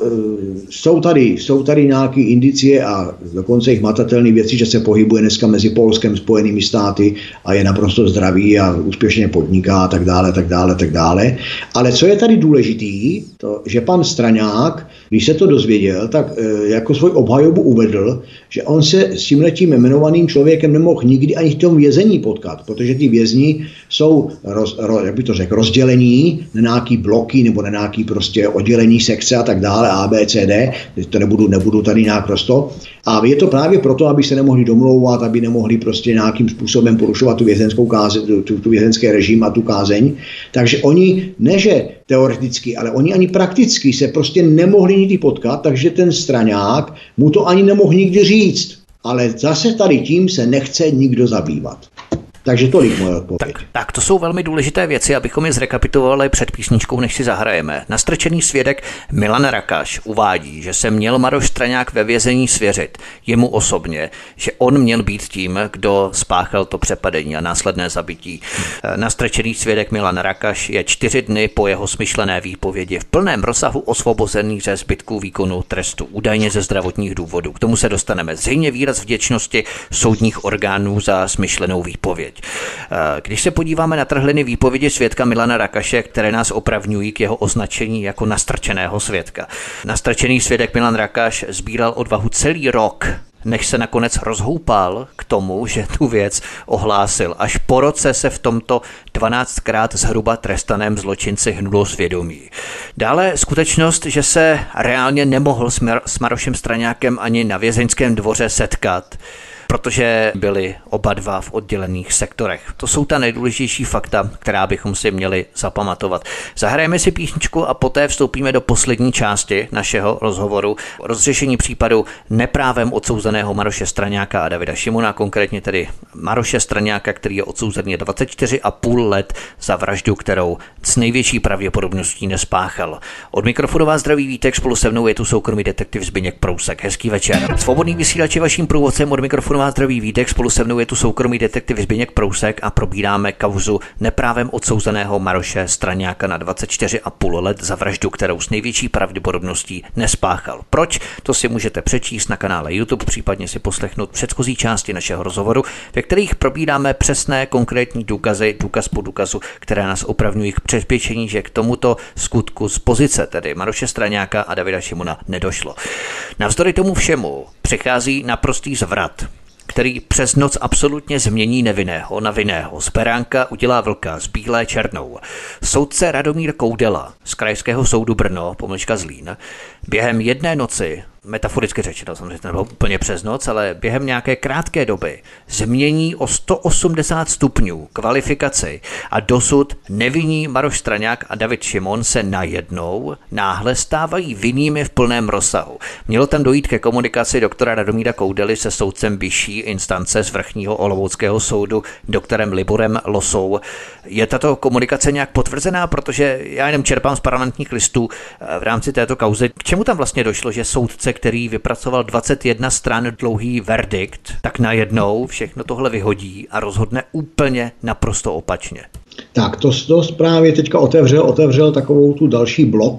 jsou tady nějaké indicie a dokonce i hmatatelné věci, že se pohybuje dneska mezi Polskem, Spojenými státy a je naprosto zdravý a úspěšně podniká a tak dále. Ale co je tady důležitý, to, že pan Straňák, když se to dozvěděl, tak jako svou obhajobu uvedl, že on se s tímhletím jmenovaným člověkem nemohl nikdy ani v tom vězení potkat, protože ty vězni jsou, jak by to řekl, rozdělení na nějaký bloky nebo na nějaký prostě oddělení sekce a tak dále, A, B, C, D, to nebudu tady nějak prosto. A je to právě proto, aby se nemohli domlouvat, aby nemohli prostě nějakým způsobem porušovat tu vězenskou tu vězenský režim a tu kázeň. Takže oni, neže teoreticky, ale oni ani prakticky se prostě nemohli nikdy potkat, takže ten Straňák mu to ani nemohl nikdy říct. Ale zase tady tím se nechce nikdo zabývat. Takže tolik moje odpověď. Tak to jsou velmi důležité věci, abychom je zrekapitulovali před písničkou, než si zahrajeme. Nastrčený svědek Milan Rakaš uvádí, že se měl Maroš Straňák ve vězení svěřit jemu osobně, že on měl být tím, kdo spáchal to přepadení a následné zabití. Nastrčený svědek Milan Rakaš je 4 dny po jeho smyšlené výpovědi v plném rozsahu osvobozený ze zbytků výkonu trestu, údajně ze zdravotních důvodů. K tomu se dostaneme. Zřejmě výraz vděčnosti soudních orgánů za smyšlenou výpověď. Když se podíváme na trhliny výpovědi svědka Milana Rakaše, které nás opravňují k jeho označení jako nastrčeného svědka. Nastrčený svědek Milan Rakaš sbíral odvahu celý rok, než se nakonec rozhoupal k tomu, že tu věc ohlásil. Až po roce se v tomto 12krát zhruba trestaném zločinci hnulo svědomí. Dále skutečnost, že se reálně nemohl s Marošem Straňákem ani na vězeňském dvoře setkat, protože byli oba dva v oddělených sektorech. To jsou ta nejdůležitější fakta, která bychom si měli zapamatovat. Zahrajeme si písničku a poté vstoupíme do poslední části našeho rozhovoru o rozřešení případu neprávem odsouzeného Maroše Straňáka a Davida Šimona, konkrétně tedy Maroše Straňáka, který je odsouzený 24,5 let za vraždu, kterou s největší pravděpodobností nespáchal. Od mikrofonu vás zdraví Vítek, spolu se mnou je tu soukromý detektiv Zbyněk Prousek. Hezký večer. Svobodný vysílač je vaším průvodcem, od mikrofonu vás zdraví Vítek, spolu se mnou je tu soukromý detektiv Zbyněk Prousek a probíráme kauzu neprávem odsouzeného Maroše Straňáka na 24,5 let za vraždu, kterou s největší pravděpodobností nespáchal. Proč? To si můžete přečíst na kanále YouTube, případně si poslechnout předchozí části našeho rozhovoru, ve kterých probíráme přesné konkrétní důkazy, důkaz po důkazu, které nás opravňují k přesvědčení, že k tomuto skutku z pozice tedy Maroše Straňáka a Davida Šimona nedošlo. Navzdory tomu všemu přichází naprostý zvrat, který přes noc absolutně změní nevinného na vinného. Z beránka udělá vlka, z bílé černou. Soudce Radomír Koudela z Krajského soudu Brno, Zlín, během jedné noci, metaforicky řečeno, samozřejmě to nebylo úplně přes noc, ale během nějaké krátké doby změní o 180 stupňů kvalifikaci a dosud nevinní Maroš Straňák a David Šimon se najednou náhle stávají vinnými v plném rozsahu. Mělo tam dojít ke komunikaci doktora Radomíra Koudely se soudcem vyšší instance z Vrchního olomouckého soudu doktorem Liborem Losou. Je tato komunikace nějak potvrzená, protože já jenom čerpám z parlamentních listů v rámci této kauzy. K čemu tam vlastně došlo, že soudce, který vypracoval 21 stran dlouhý verdikt, tak najednou všechno tohle vyhodí a rozhodne úplně naprosto opačně? Tak to právě teďka otevřel takovou tu další blok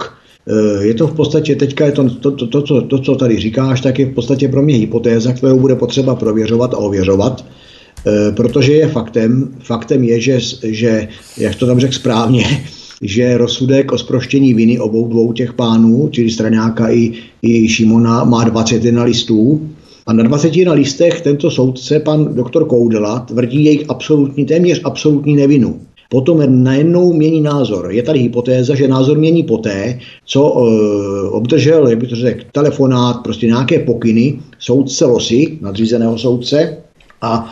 Je to v podstatě, teďka je to, co tady říkáš, tak je v podstatě pro mě hypotéza, kterou bude potřeba prověřovat a ověřovat, protože je faktem je, že jak to tam řekl správně, že rozsudek o zproštění viny obou dvou těch pánů, čili Straňáka i Šimona, má 21 listů. A na 21 listech tento soudce, pan doktor Koudela, tvrdí jejich téměř absolutní nevinu. Potom najednou mění názor. Je tady hypotéza, že názor mění poté, co obdržel, jak by to řekl, telefonát, prostě nějaké pokyny soudce Losy, nadřízeného soudce, a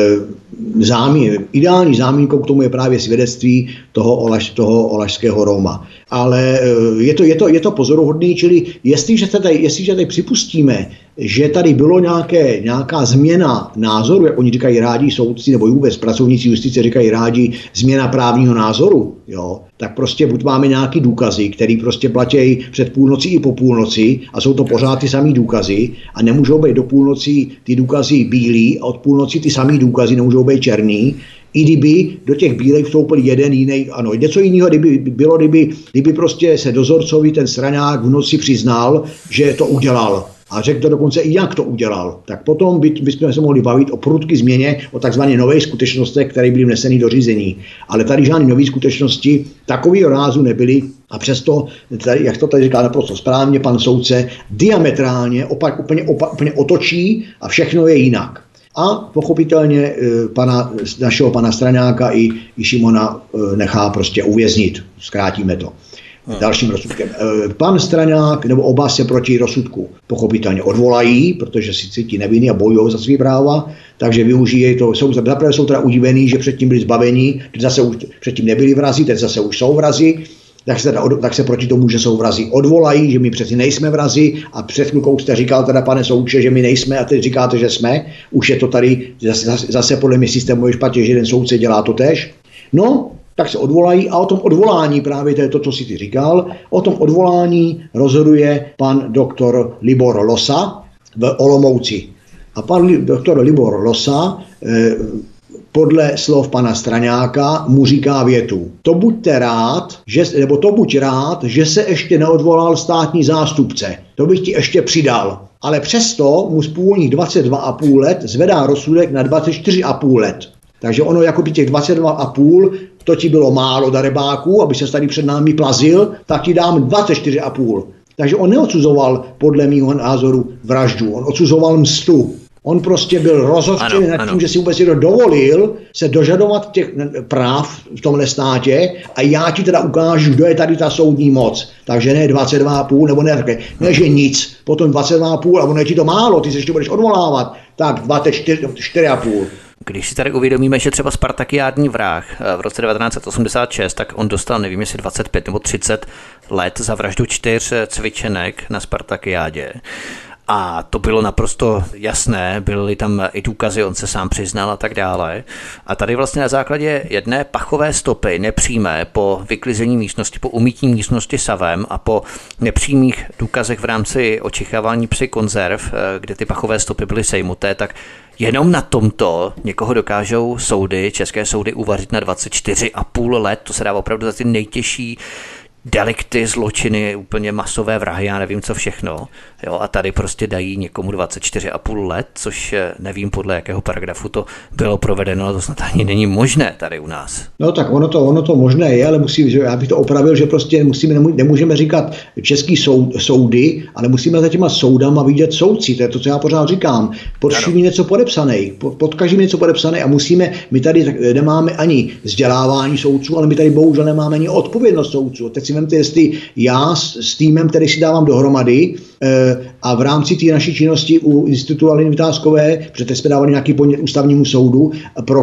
ideální záminkou k tomu je právě svědectví toho olašského Roma. Ale je to pozoruhodný, čili jestliže tady připustíme, že tady bylo nějaká změna názoru, jak oni říkají rádi soudci, nebo vůbec pracovníci justice říkají rádi změna právního názoru, jo, tak prostě buď máme nějaký důkazy, který prostě platí před půlnocí i po půlnoci a jsou to pořád ty samý důkazy a nemůžou být do půlnoci ty důkazy bílí a od půlnoci ty samý důkazy nemůžou být černý, i kdyby do těch bílek vstoupil jeden jiný, ano, něco jiného, kdyby prostě se dozorcovi ten Straňák v noci přiznal, že to udělal. A řekl to dokonce i jak to udělal. Tak potom bychom se mohli bavit o prudké změně, o takzvané nové skutečnostech, které byly vneseny do řízení. Ale tady žádné nové skutečnosti takového rázu nebyly a přesto, tady, jak to tady říká naprosto správně, pan soudce diametrálně úplně otočí a všechno je jinak. A pochopitelně našeho pana Straňáka i Šimona nechá prostě uvěznit. Zkrátíme to. Dalším rozsudkem. Pan Straňák nebo oba se proti rozsudku pochopitelně odvolají, protože si cítí nevinný a bojují za svý práva, takže využijí to. Zaprvé jsou teda udivení, že předtím byli zbavení, teď zase už předtím nebyli vrazi, teď zase už jsou vrazi, tak se proti tomu, že jsou vrazi, odvolají, že my přeci nejsme vrazi a před chvilkou jste říkal teda, pane soudče, že my nejsme a teď říkáte, že jsme. Už je to tady zase podle mě systémově špatně, že jeden soudce dělá to též. No, tak se odvolají a o tom odvolání, právě to je to, co si ty říkal, o tom odvolání rozhoduje pan doktor Libor Losa v Olomouci. A pan doktor Libor Losa podle slov pana Straňáka mu říká větu. To buď rád, že se ještě neodvolal státní zástupce. To bych ti ještě přidal. Ale přesto mu z původních 22,5 let zvedá rozsudek na 24,5 let. Takže ono jako by těch 22,5, to ti bylo málo darebáků, aby se tady před námi plazil, tak ti dám 24,5. Takže on neodsuzoval podle mýho názoru vraždu, on odsuzoval mstu. On prostě byl rozhořčený nad tím, že si vůbec někdo dovolil se dožadovat těch práv v tomhle státě a já ti teda ukážu, kdo je tady ta soudní moc. Takže ne 22,5 nebo ne, že nic, potom 22,5 a ono je ti to málo, ty se ještě budeš odvolávat, tak 24,5. Když si tady uvědomíme, že třeba Spartakiádní vrah v roce 1986, tak on dostal, nevím, jestli 25 nebo 30 let za vraždu 4 cvičenek na Spartakiádě. A to bylo naprosto jasné, byly tam i důkazy, on se sám přiznal a tak dále. A tady vlastně na základě jedné pachové stopy nepřímé po vyklizení místnosti, po umýtí místnosti savem a po nepřímých důkazech v rámci očichávání psy konzerv, kde ty pachové stopy byly sejmuté, tak jenom na tomto někoho dokážou české soudy uvařit na 24,5 let. To se dá opravdu za ty nejtěžší delikty, zločiny, úplně masové vrahy, já nevím co všechno. Jo, a tady prostě dají někomu 24,5 let, což nevím podle jakého paragrafu to bylo provedeno, ale to snad ani není možné tady u nás. No tak ono to možné je, ale já bych to opravil, že prostě nemůžeme říkat český soudy, ale musíme za těma soudama vidět soudci, to je to, co já pořád říkám. Pod každým něco podepsaný a my tady nemáme ani vzdělávání soudců, ale my tady bohužel nemáme ani odpovědnost soudců. Teď si vemte, jestli já s týmem, který si dávám dohromady a v rámci té naší činnosti u Institutu Aleny Vytázkové, protože teď jsme dávali nějaký podnět ústavnímu soudu,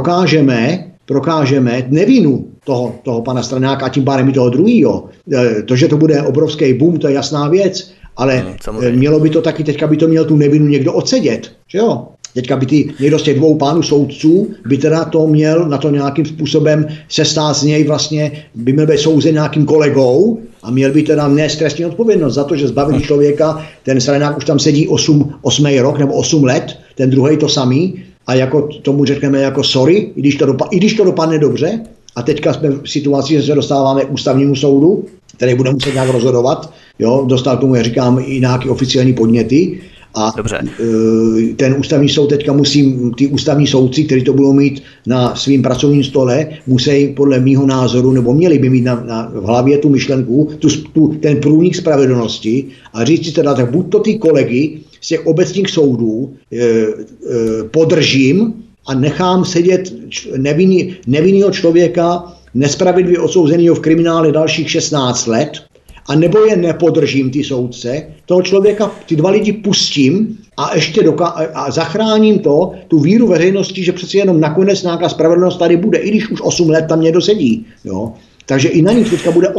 prokážeme nevinu toho pana Straňáka a tím pádem i toho druhýho. To, že to bude obrovský boom, to je jasná věc, ale mělo by to taky, teďka by to měl tu nevinu někdo odsedět, že jo? Teďka by někdo z těch dvou pánů soudců by teda to měl na to nějakým způsobem se stát z něj vlastně, by měl být souzen nějakým kolegou a měl by teda nést trestní odpovědnost za to, že zbavili člověka, ten Straňák už tam sedí 8 rok nebo 8 let, ten druhý to samý a jako tomu řekneme jako sorry, i když to dopadne dobře a teďka jsme v situaci, že se dostáváme k ústavnímu soudu, který bude muset nějak rozhodovat. Jo? Dostal k tomu, já říkám, i nějaké oficiální podněty. A dobře. Ten ústavní soud teďka ty ústavní soudci, kteří to budou mít na svým pracovním stole, musí podle mýho názoru, nebo měli by mít v hlavě tu myšlenku, ten průnik spravedlnosti a říct si teda, tak buď to ty kolegy z těch obecních soudů podržím a nechám sedět nevinného člověka, nespravedlivě odsouzeného v kriminále dalších 16 let, a nebo je nepodržím ty soudce, toho člověka, ty 2 lidi pustím a ještě a zachráním tu víru veřejnosti, že přeci jenom nakonec nějaká spravedlnost tady bude, i když už 8 let tam někdo sedí. Jo? Takže i na nich teďka bude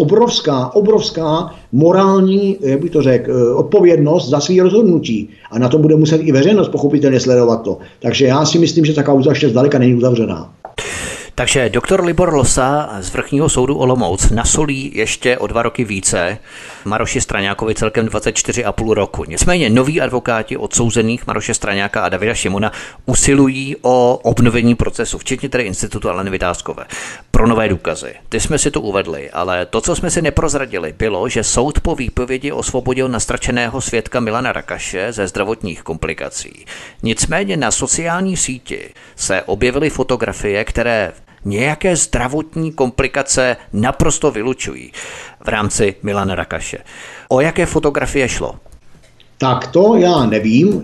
obrovská morální, jak bych to řekl, odpovědnost za svý rozhodnutí. A na to bude muset i veřejnost pochopitelně sledovat to. Takže já si myslím, že ta kauza ještě zdaleka není uzavřená. Takže doktor Libor Losa z Vrchního soudu Olomouc nasolí ještě o 2 roky více Maroši Straňákovi celkem 24,5 roku. Nicméně noví advokáti odsouzených Maroše Straňáka a Davida Šimona usilují o obnovení procesu, včetně tedy Institutu Aleny Vitáskové, pro nové důkazy. Ty jsme si to uvedli, ale to, co jsme si neprozradili, bylo, že soud po výpovědi osvobodil nastračeného svědka Milana Rakaše ze zdravotních komplikací. Nicméně na sociální síti se objevily fotografie, které nějaké zdravotní komplikace naprosto vylučují v rámci Milana Rakaše. O jaké fotografie šlo? Tak to já nevím,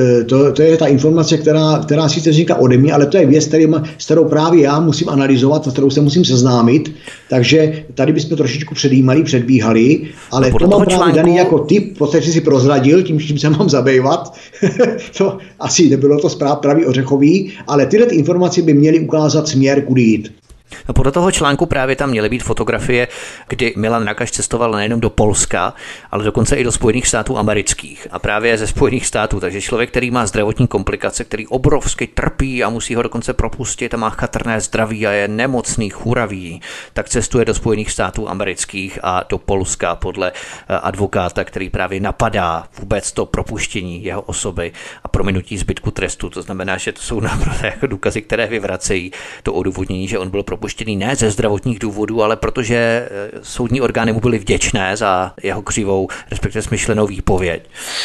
to je ta informace, která sice vznikla ode mě, ale to je věc, s kterou právě já musím analyzovat, s kterou se musím seznámit, takže tady bychom trošičku předbíhali, ale to mám právě daný jako tip, v podstatě si prozradil, tím se mám zabývat, to asi nebylo to pravý ořechový, ale tyhle informace by měly ukázat směr, kudy jít. No podle toho článku právě tam měly být fotografie, kdy Milan Rakaš cestoval nejenom do Polska, ale dokonce i do Spojených států amerických. A právě ze Spojených států, takže člověk, který má zdravotní komplikace, který obrovsky trpí a musí ho dokonce propustit a má chatrné zdraví a je nemocný, churavý, tak cestuje do Spojených států amerických a do Polska podle advokáta, který právě napadá vůbec to propuštění jeho osoby a prominutí zbytku trestu. To znamená, že to jsou naprosto jako důkazy, které vyvracejí to odůvodnění, že on byl propuštěný ne ze zdravotních důvodů, ale protože soudní orgány mu byly vděčné za jeho křivou, respektive smyšlenou výpověď.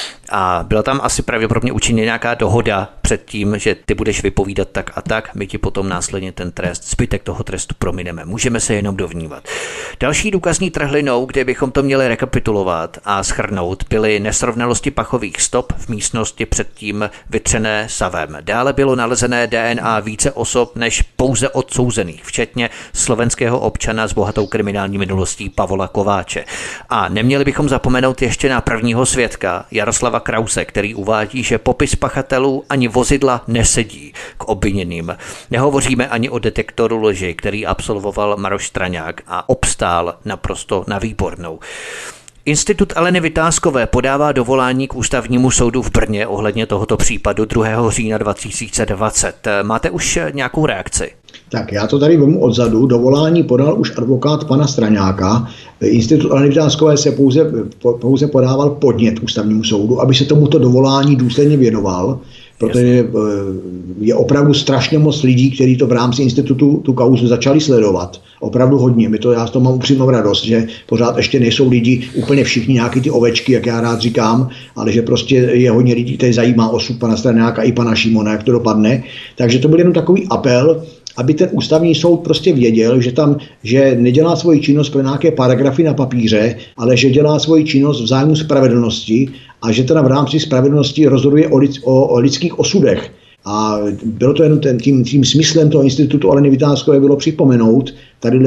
A byla tam asi pravděpodobně učiněna nějaká dohoda před tím, že ty budeš vypovídat tak a tak, my ti potom následně ten trest, zbytek toho trestu promineme. Můžeme se jenom dovnívat. Další důkazní trhlinou, kde bychom to měli rekapitulovat a shrnout, byly nesrovnalosti pachových stop v místnosti předtím vytřené savem. Dále bylo nalezené DNA více osob než pouze odsouzených, včetně slovenského občana s bohatou kriminální minulostí Pavola Kováče. A neměli bychom zapomenout ještě na prvního svědka Jaroslava Krause, který uvádí, že popis pachatelů ani vozidla nesedí k obviněným. Nehovoříme ani o detektoru lži, který absolvoval Maroš Straňák a obstál naprosto na výbornou. Institut Aleny Vitáskové podává dovolání k ústavnímu soudu v Brně ohledně tohoto případu 2. října 2020. Máte už nějakou reakci? Tak já to tady vemu odzadu. Dovolání podal už advokát pana Straňáka. Institut Aleny Vitáskové se pouze podával podnět ústavnímu soudu, aby se tomuto dovolání důsledně věnoval, protože je opravdu strašně moc lidí, kteří to v rámci institutu tu kauzu začali sledovat. Opravdu hodně. Já z toho mám upřímnou radost, že pořád ještě nejsou lidi úplně všichni nějaký ty ovečky, jak já rád říkám, ale že prostě je hodně lidí, kteří zajímá osud pana Straňáka i pana Šimona, jak to dopadne. Takže to byl jenom takový apel, aby ten ústavní soud prostě věděl, že nedělá svoji činnost pro nějaké paragrafy na papíře, ale že dělá svoji činnost v zájmu spravedlnosti a že teda v rámci spravedlnosti rozhoduje o lidských osudech. A bylo to jenom tím smyslem toho institutu Aleny Vitáskové bylo připomenout tadyhle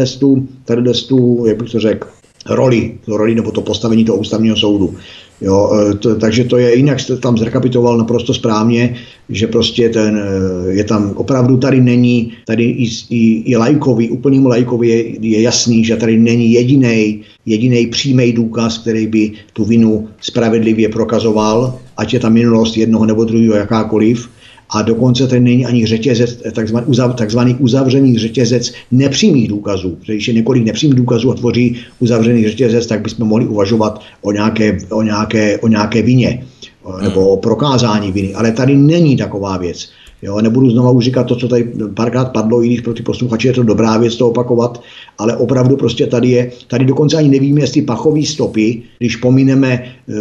tu, jak bych to řekl, roli nebo to postavení toho ústavního soudu. Jo, takže to je jinak, jste tam zrekapituloval naprosto správně, že prostě je tam opravdu tady i lajkovi, úplnému lajkovi je jasný, že tady není jediný přímý důkaz, který by tu vinu spravedlivě prokazoval, ať je ta minulost jednoho nebo druhého jakákoliv. A dokonce tady není ani řetězec, takzvaný uzavřený řetězec nepřímých důkazů. Když je několik nepřímých důkazů a tvoří uzavřený řetězec, tak bychom mohli uvažovat o nějaké vině nebo o prokázání viny. Ale tady není taková věc. Jo, nebudu znovu už říkat to, co tady párkrát padlo, i když pro ty posluchače je to dobrá věc to opakovat, ale opravdu prostě tady dokonce ani nevíme, jestli pachové stopy, když pomineme,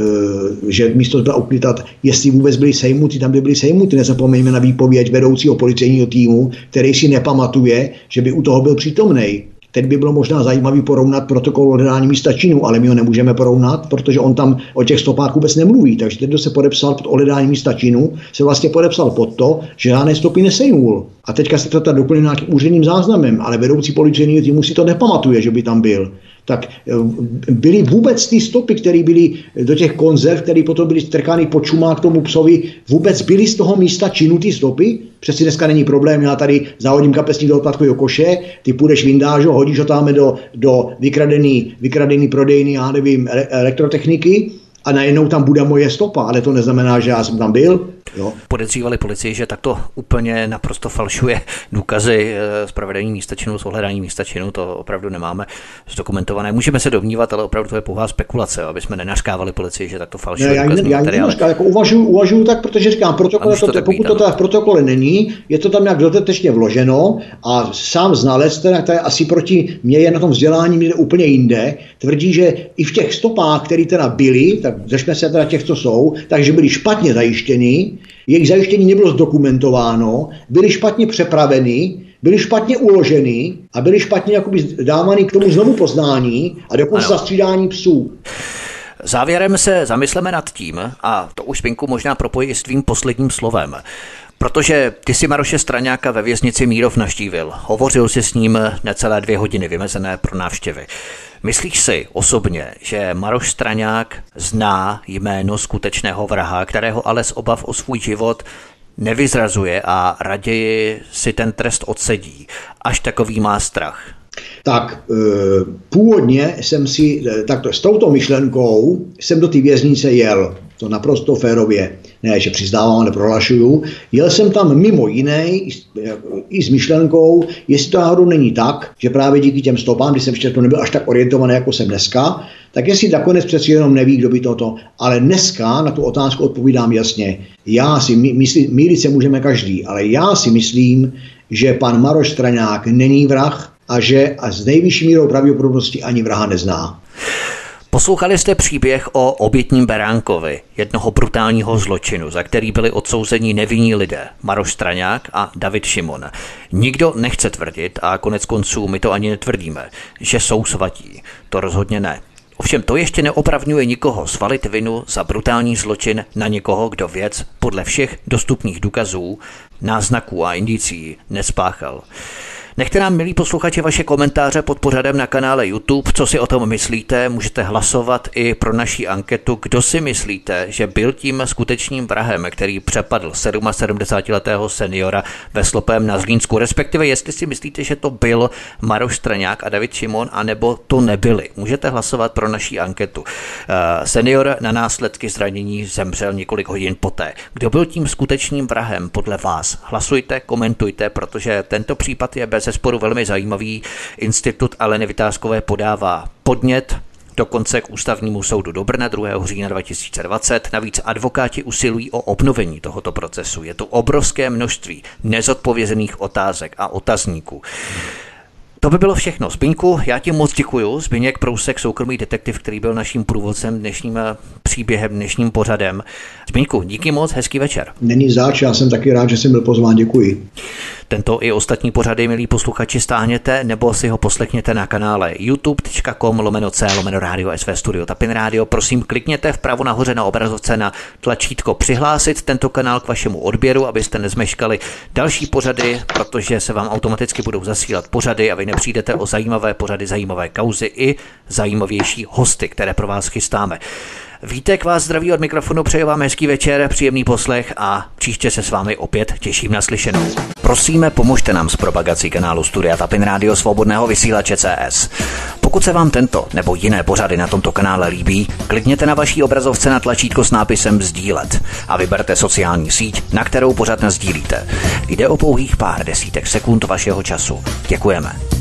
že místo byla uklitat, jestli vůbec byly sejmuty, tam by byly sejmuty, nezapomeňme na výpověď vedoucího policejního týmu, který si nepamatuje, že by u toho byl přítomnej. Teď by bylo možná zajímavý porovnat protokol o hledání místa činu, ale my ho nemůžeme porovnat, protože on tam o těch stopách vůbec nemluví. Takže ten, kdo se podepsal pod hledání místa činu, se vlastně podepsal pod to, že žádné stopy nesejmul. A teďka se to tady doplní nějakým úředním záznamem, ale vedoucí policejního týmu si to nepamatuje, že by tam byl. Tak byly vůbec ty stopy, které byly do těch konzerv, které potom byly strkány pod čumák k tomu psovi, vůbec byly z toho místa činu ty stopy? Přeci dneska není problém, já tady zahodím kapesník do odpadkového koše, ty půjdeš vindáž, hodíš ho tam do vykradený prodejny, já nevím, elektrotechniky a najednou tam bude moje stopa, ale to neznamená, že já jsem tam byl. Jo. Podezřívali policii, že takto úplně naprosto falšuje důkazy z provedení místa činu, z ohledání místa činu, to opravdu nemáme zdokumentované. Můžeme se domnívat, ale opravdu to je pouhá spekulace, aby jsme nenařkávali policii, že takto falšuje důkazní materiály. Já jako uvažuju tak, protože říkám, pokud to teda v protokole není, je to tam nějak dodatečně vloženo a sám znalec, teda asi proti mě je na tom vzdělání někde úplně jinde, tvrdí, že i v těch stopách, které teda byly, tak řešme se teda těch, co jsou, takže byly špatně zajištěny, jejich zajištění nebylo zdokumentováno, byly špatně přepraveny, byly špatně uloženy a byly špatně jakoby dávány k tomu znovu poznání a dokonce zastřídání psů. Závěrem se zamysleme nad tím, a to už Zbyňku možná propojí s tvým posledním slovem, protože ty si Maroše Straňáka ve věznici Mírov navštívil. Hovořil si s ním necelé 2 hodiny vymezené pro návštěvy. Myslíš si osobně, že Maroš Straňák zná jméno skutečného vraha, kterého ale z obav o svůj život nevyzrazuje a raději si ten trest odsedí, až takový má strach? Tak původně jsem si, takto s touto myšlenkou jsem do té věznice jel, to naprosto férově, ne, že přiznávám, neprohlašuju, jel jsem tam mimo jiné i s myšlenkou, jestli to náhodou není tak, že právě díky těm stopám, když jsem ještě to nebyl až tak orientovaný, jako jsem dneska, tak jestli nakonec přeci jenom neví, kdo by toto, ale dneska na tu otázku odpovídám jasně. Já si myslím, mýlit se můžeme každý, ale já si myslím, že pan Maroš Straňák není vrah a že s nejvyšší mírou pravděpodobnosti ani vraha nezná. Poslouchali jste příběh o obětním beránkovi, jednoho brutálního zločinu, za který byli odsouzeni nevinní lidé, Maroš Straňák a David Šimon. Nikdo nechce tvrdit, a konec konců my to ani netvrdíme, že jsou svatí. To rozhodně ne. Ovšem to ještě neopravňuje nikoho svalit vinu za brutální zločin na někoho, kdo věc podle všech dostupných důkazů, náznaků a indicí nespáchal. Nechte nám, milí posluchači, vaše komentáře pod pořadem na kanále YouTube. Co si o tom myslíte? Můžete hlasovat i pro naši anketu. Kdo si myslíte, že byl tím skutečným vrahem, který přepadl 77letého seniora ve Slopém na Zlínsku? Respektive, jestli si myslíte, že to byl Maroš Straňák a David Šimon, anebo to nebyli. Můžete hlasovat pro naši anketu. Senior na následky zranění zemřel několik hodin poté. Kdo byl tím skutečným vrahem podle vás? Hlasujte, komentujte, protože tento případ je bezesporu velmi zajímavý. Institut Aleny Vytázkové podává podnět dokonce k Ústavnímu soudu do Brna 2. října 2020. Navíc advokáti usilují o obnovení tohoto procesu. Je tu obrovské množství nezodpovězených otázek a otazníků. To by bylo všechno. Zbyňku, já ti moc děkuju. Zbyněk Prousek, soukromý detektiv, který byl naším průvodcem dnešním příběhem, dnešním pořadem. Zbyňku, díky moc, hezký večer. Není zač, já jsem taky rád, že jsem byl pozván, děkuji. Tento i ostatní pořady, milí posluchači, stáhněte nebo si ho poslechněte na kanále youtube.com/c/Radio SV Studio Tapin Radio. Prosím, klikněte vpravo nahoře na obrazovce na tlačítko přihlásit tento kanál k vašemu odběru, abyste nezmeškali další pořady, protože se vám automaticky budou zasílat pořady a vy nepřijdete o zajímavé pořady, zajímavé kauzy i zajímavější hosty, které pro vás chystáme. Vítek vás zdraví od mikrofonu, přeji vám hezký večer, příjemný poslech a příště se s vámi opět těším na slyšenou. Prosíme, pomožte nám s propagací kanálu Studia Tapin Radio Svobodného vysílače CS. Pokud se vám tento nebo jiné pořady na tomto kanále líbí, klikněte na vaší obrazovce na tlačítko s nápisem sdílet a vyberte sociální síť, na kterou pořad nasdílíte. Jde o pouhých pár desítek sekund vašeho času. Děkujeme.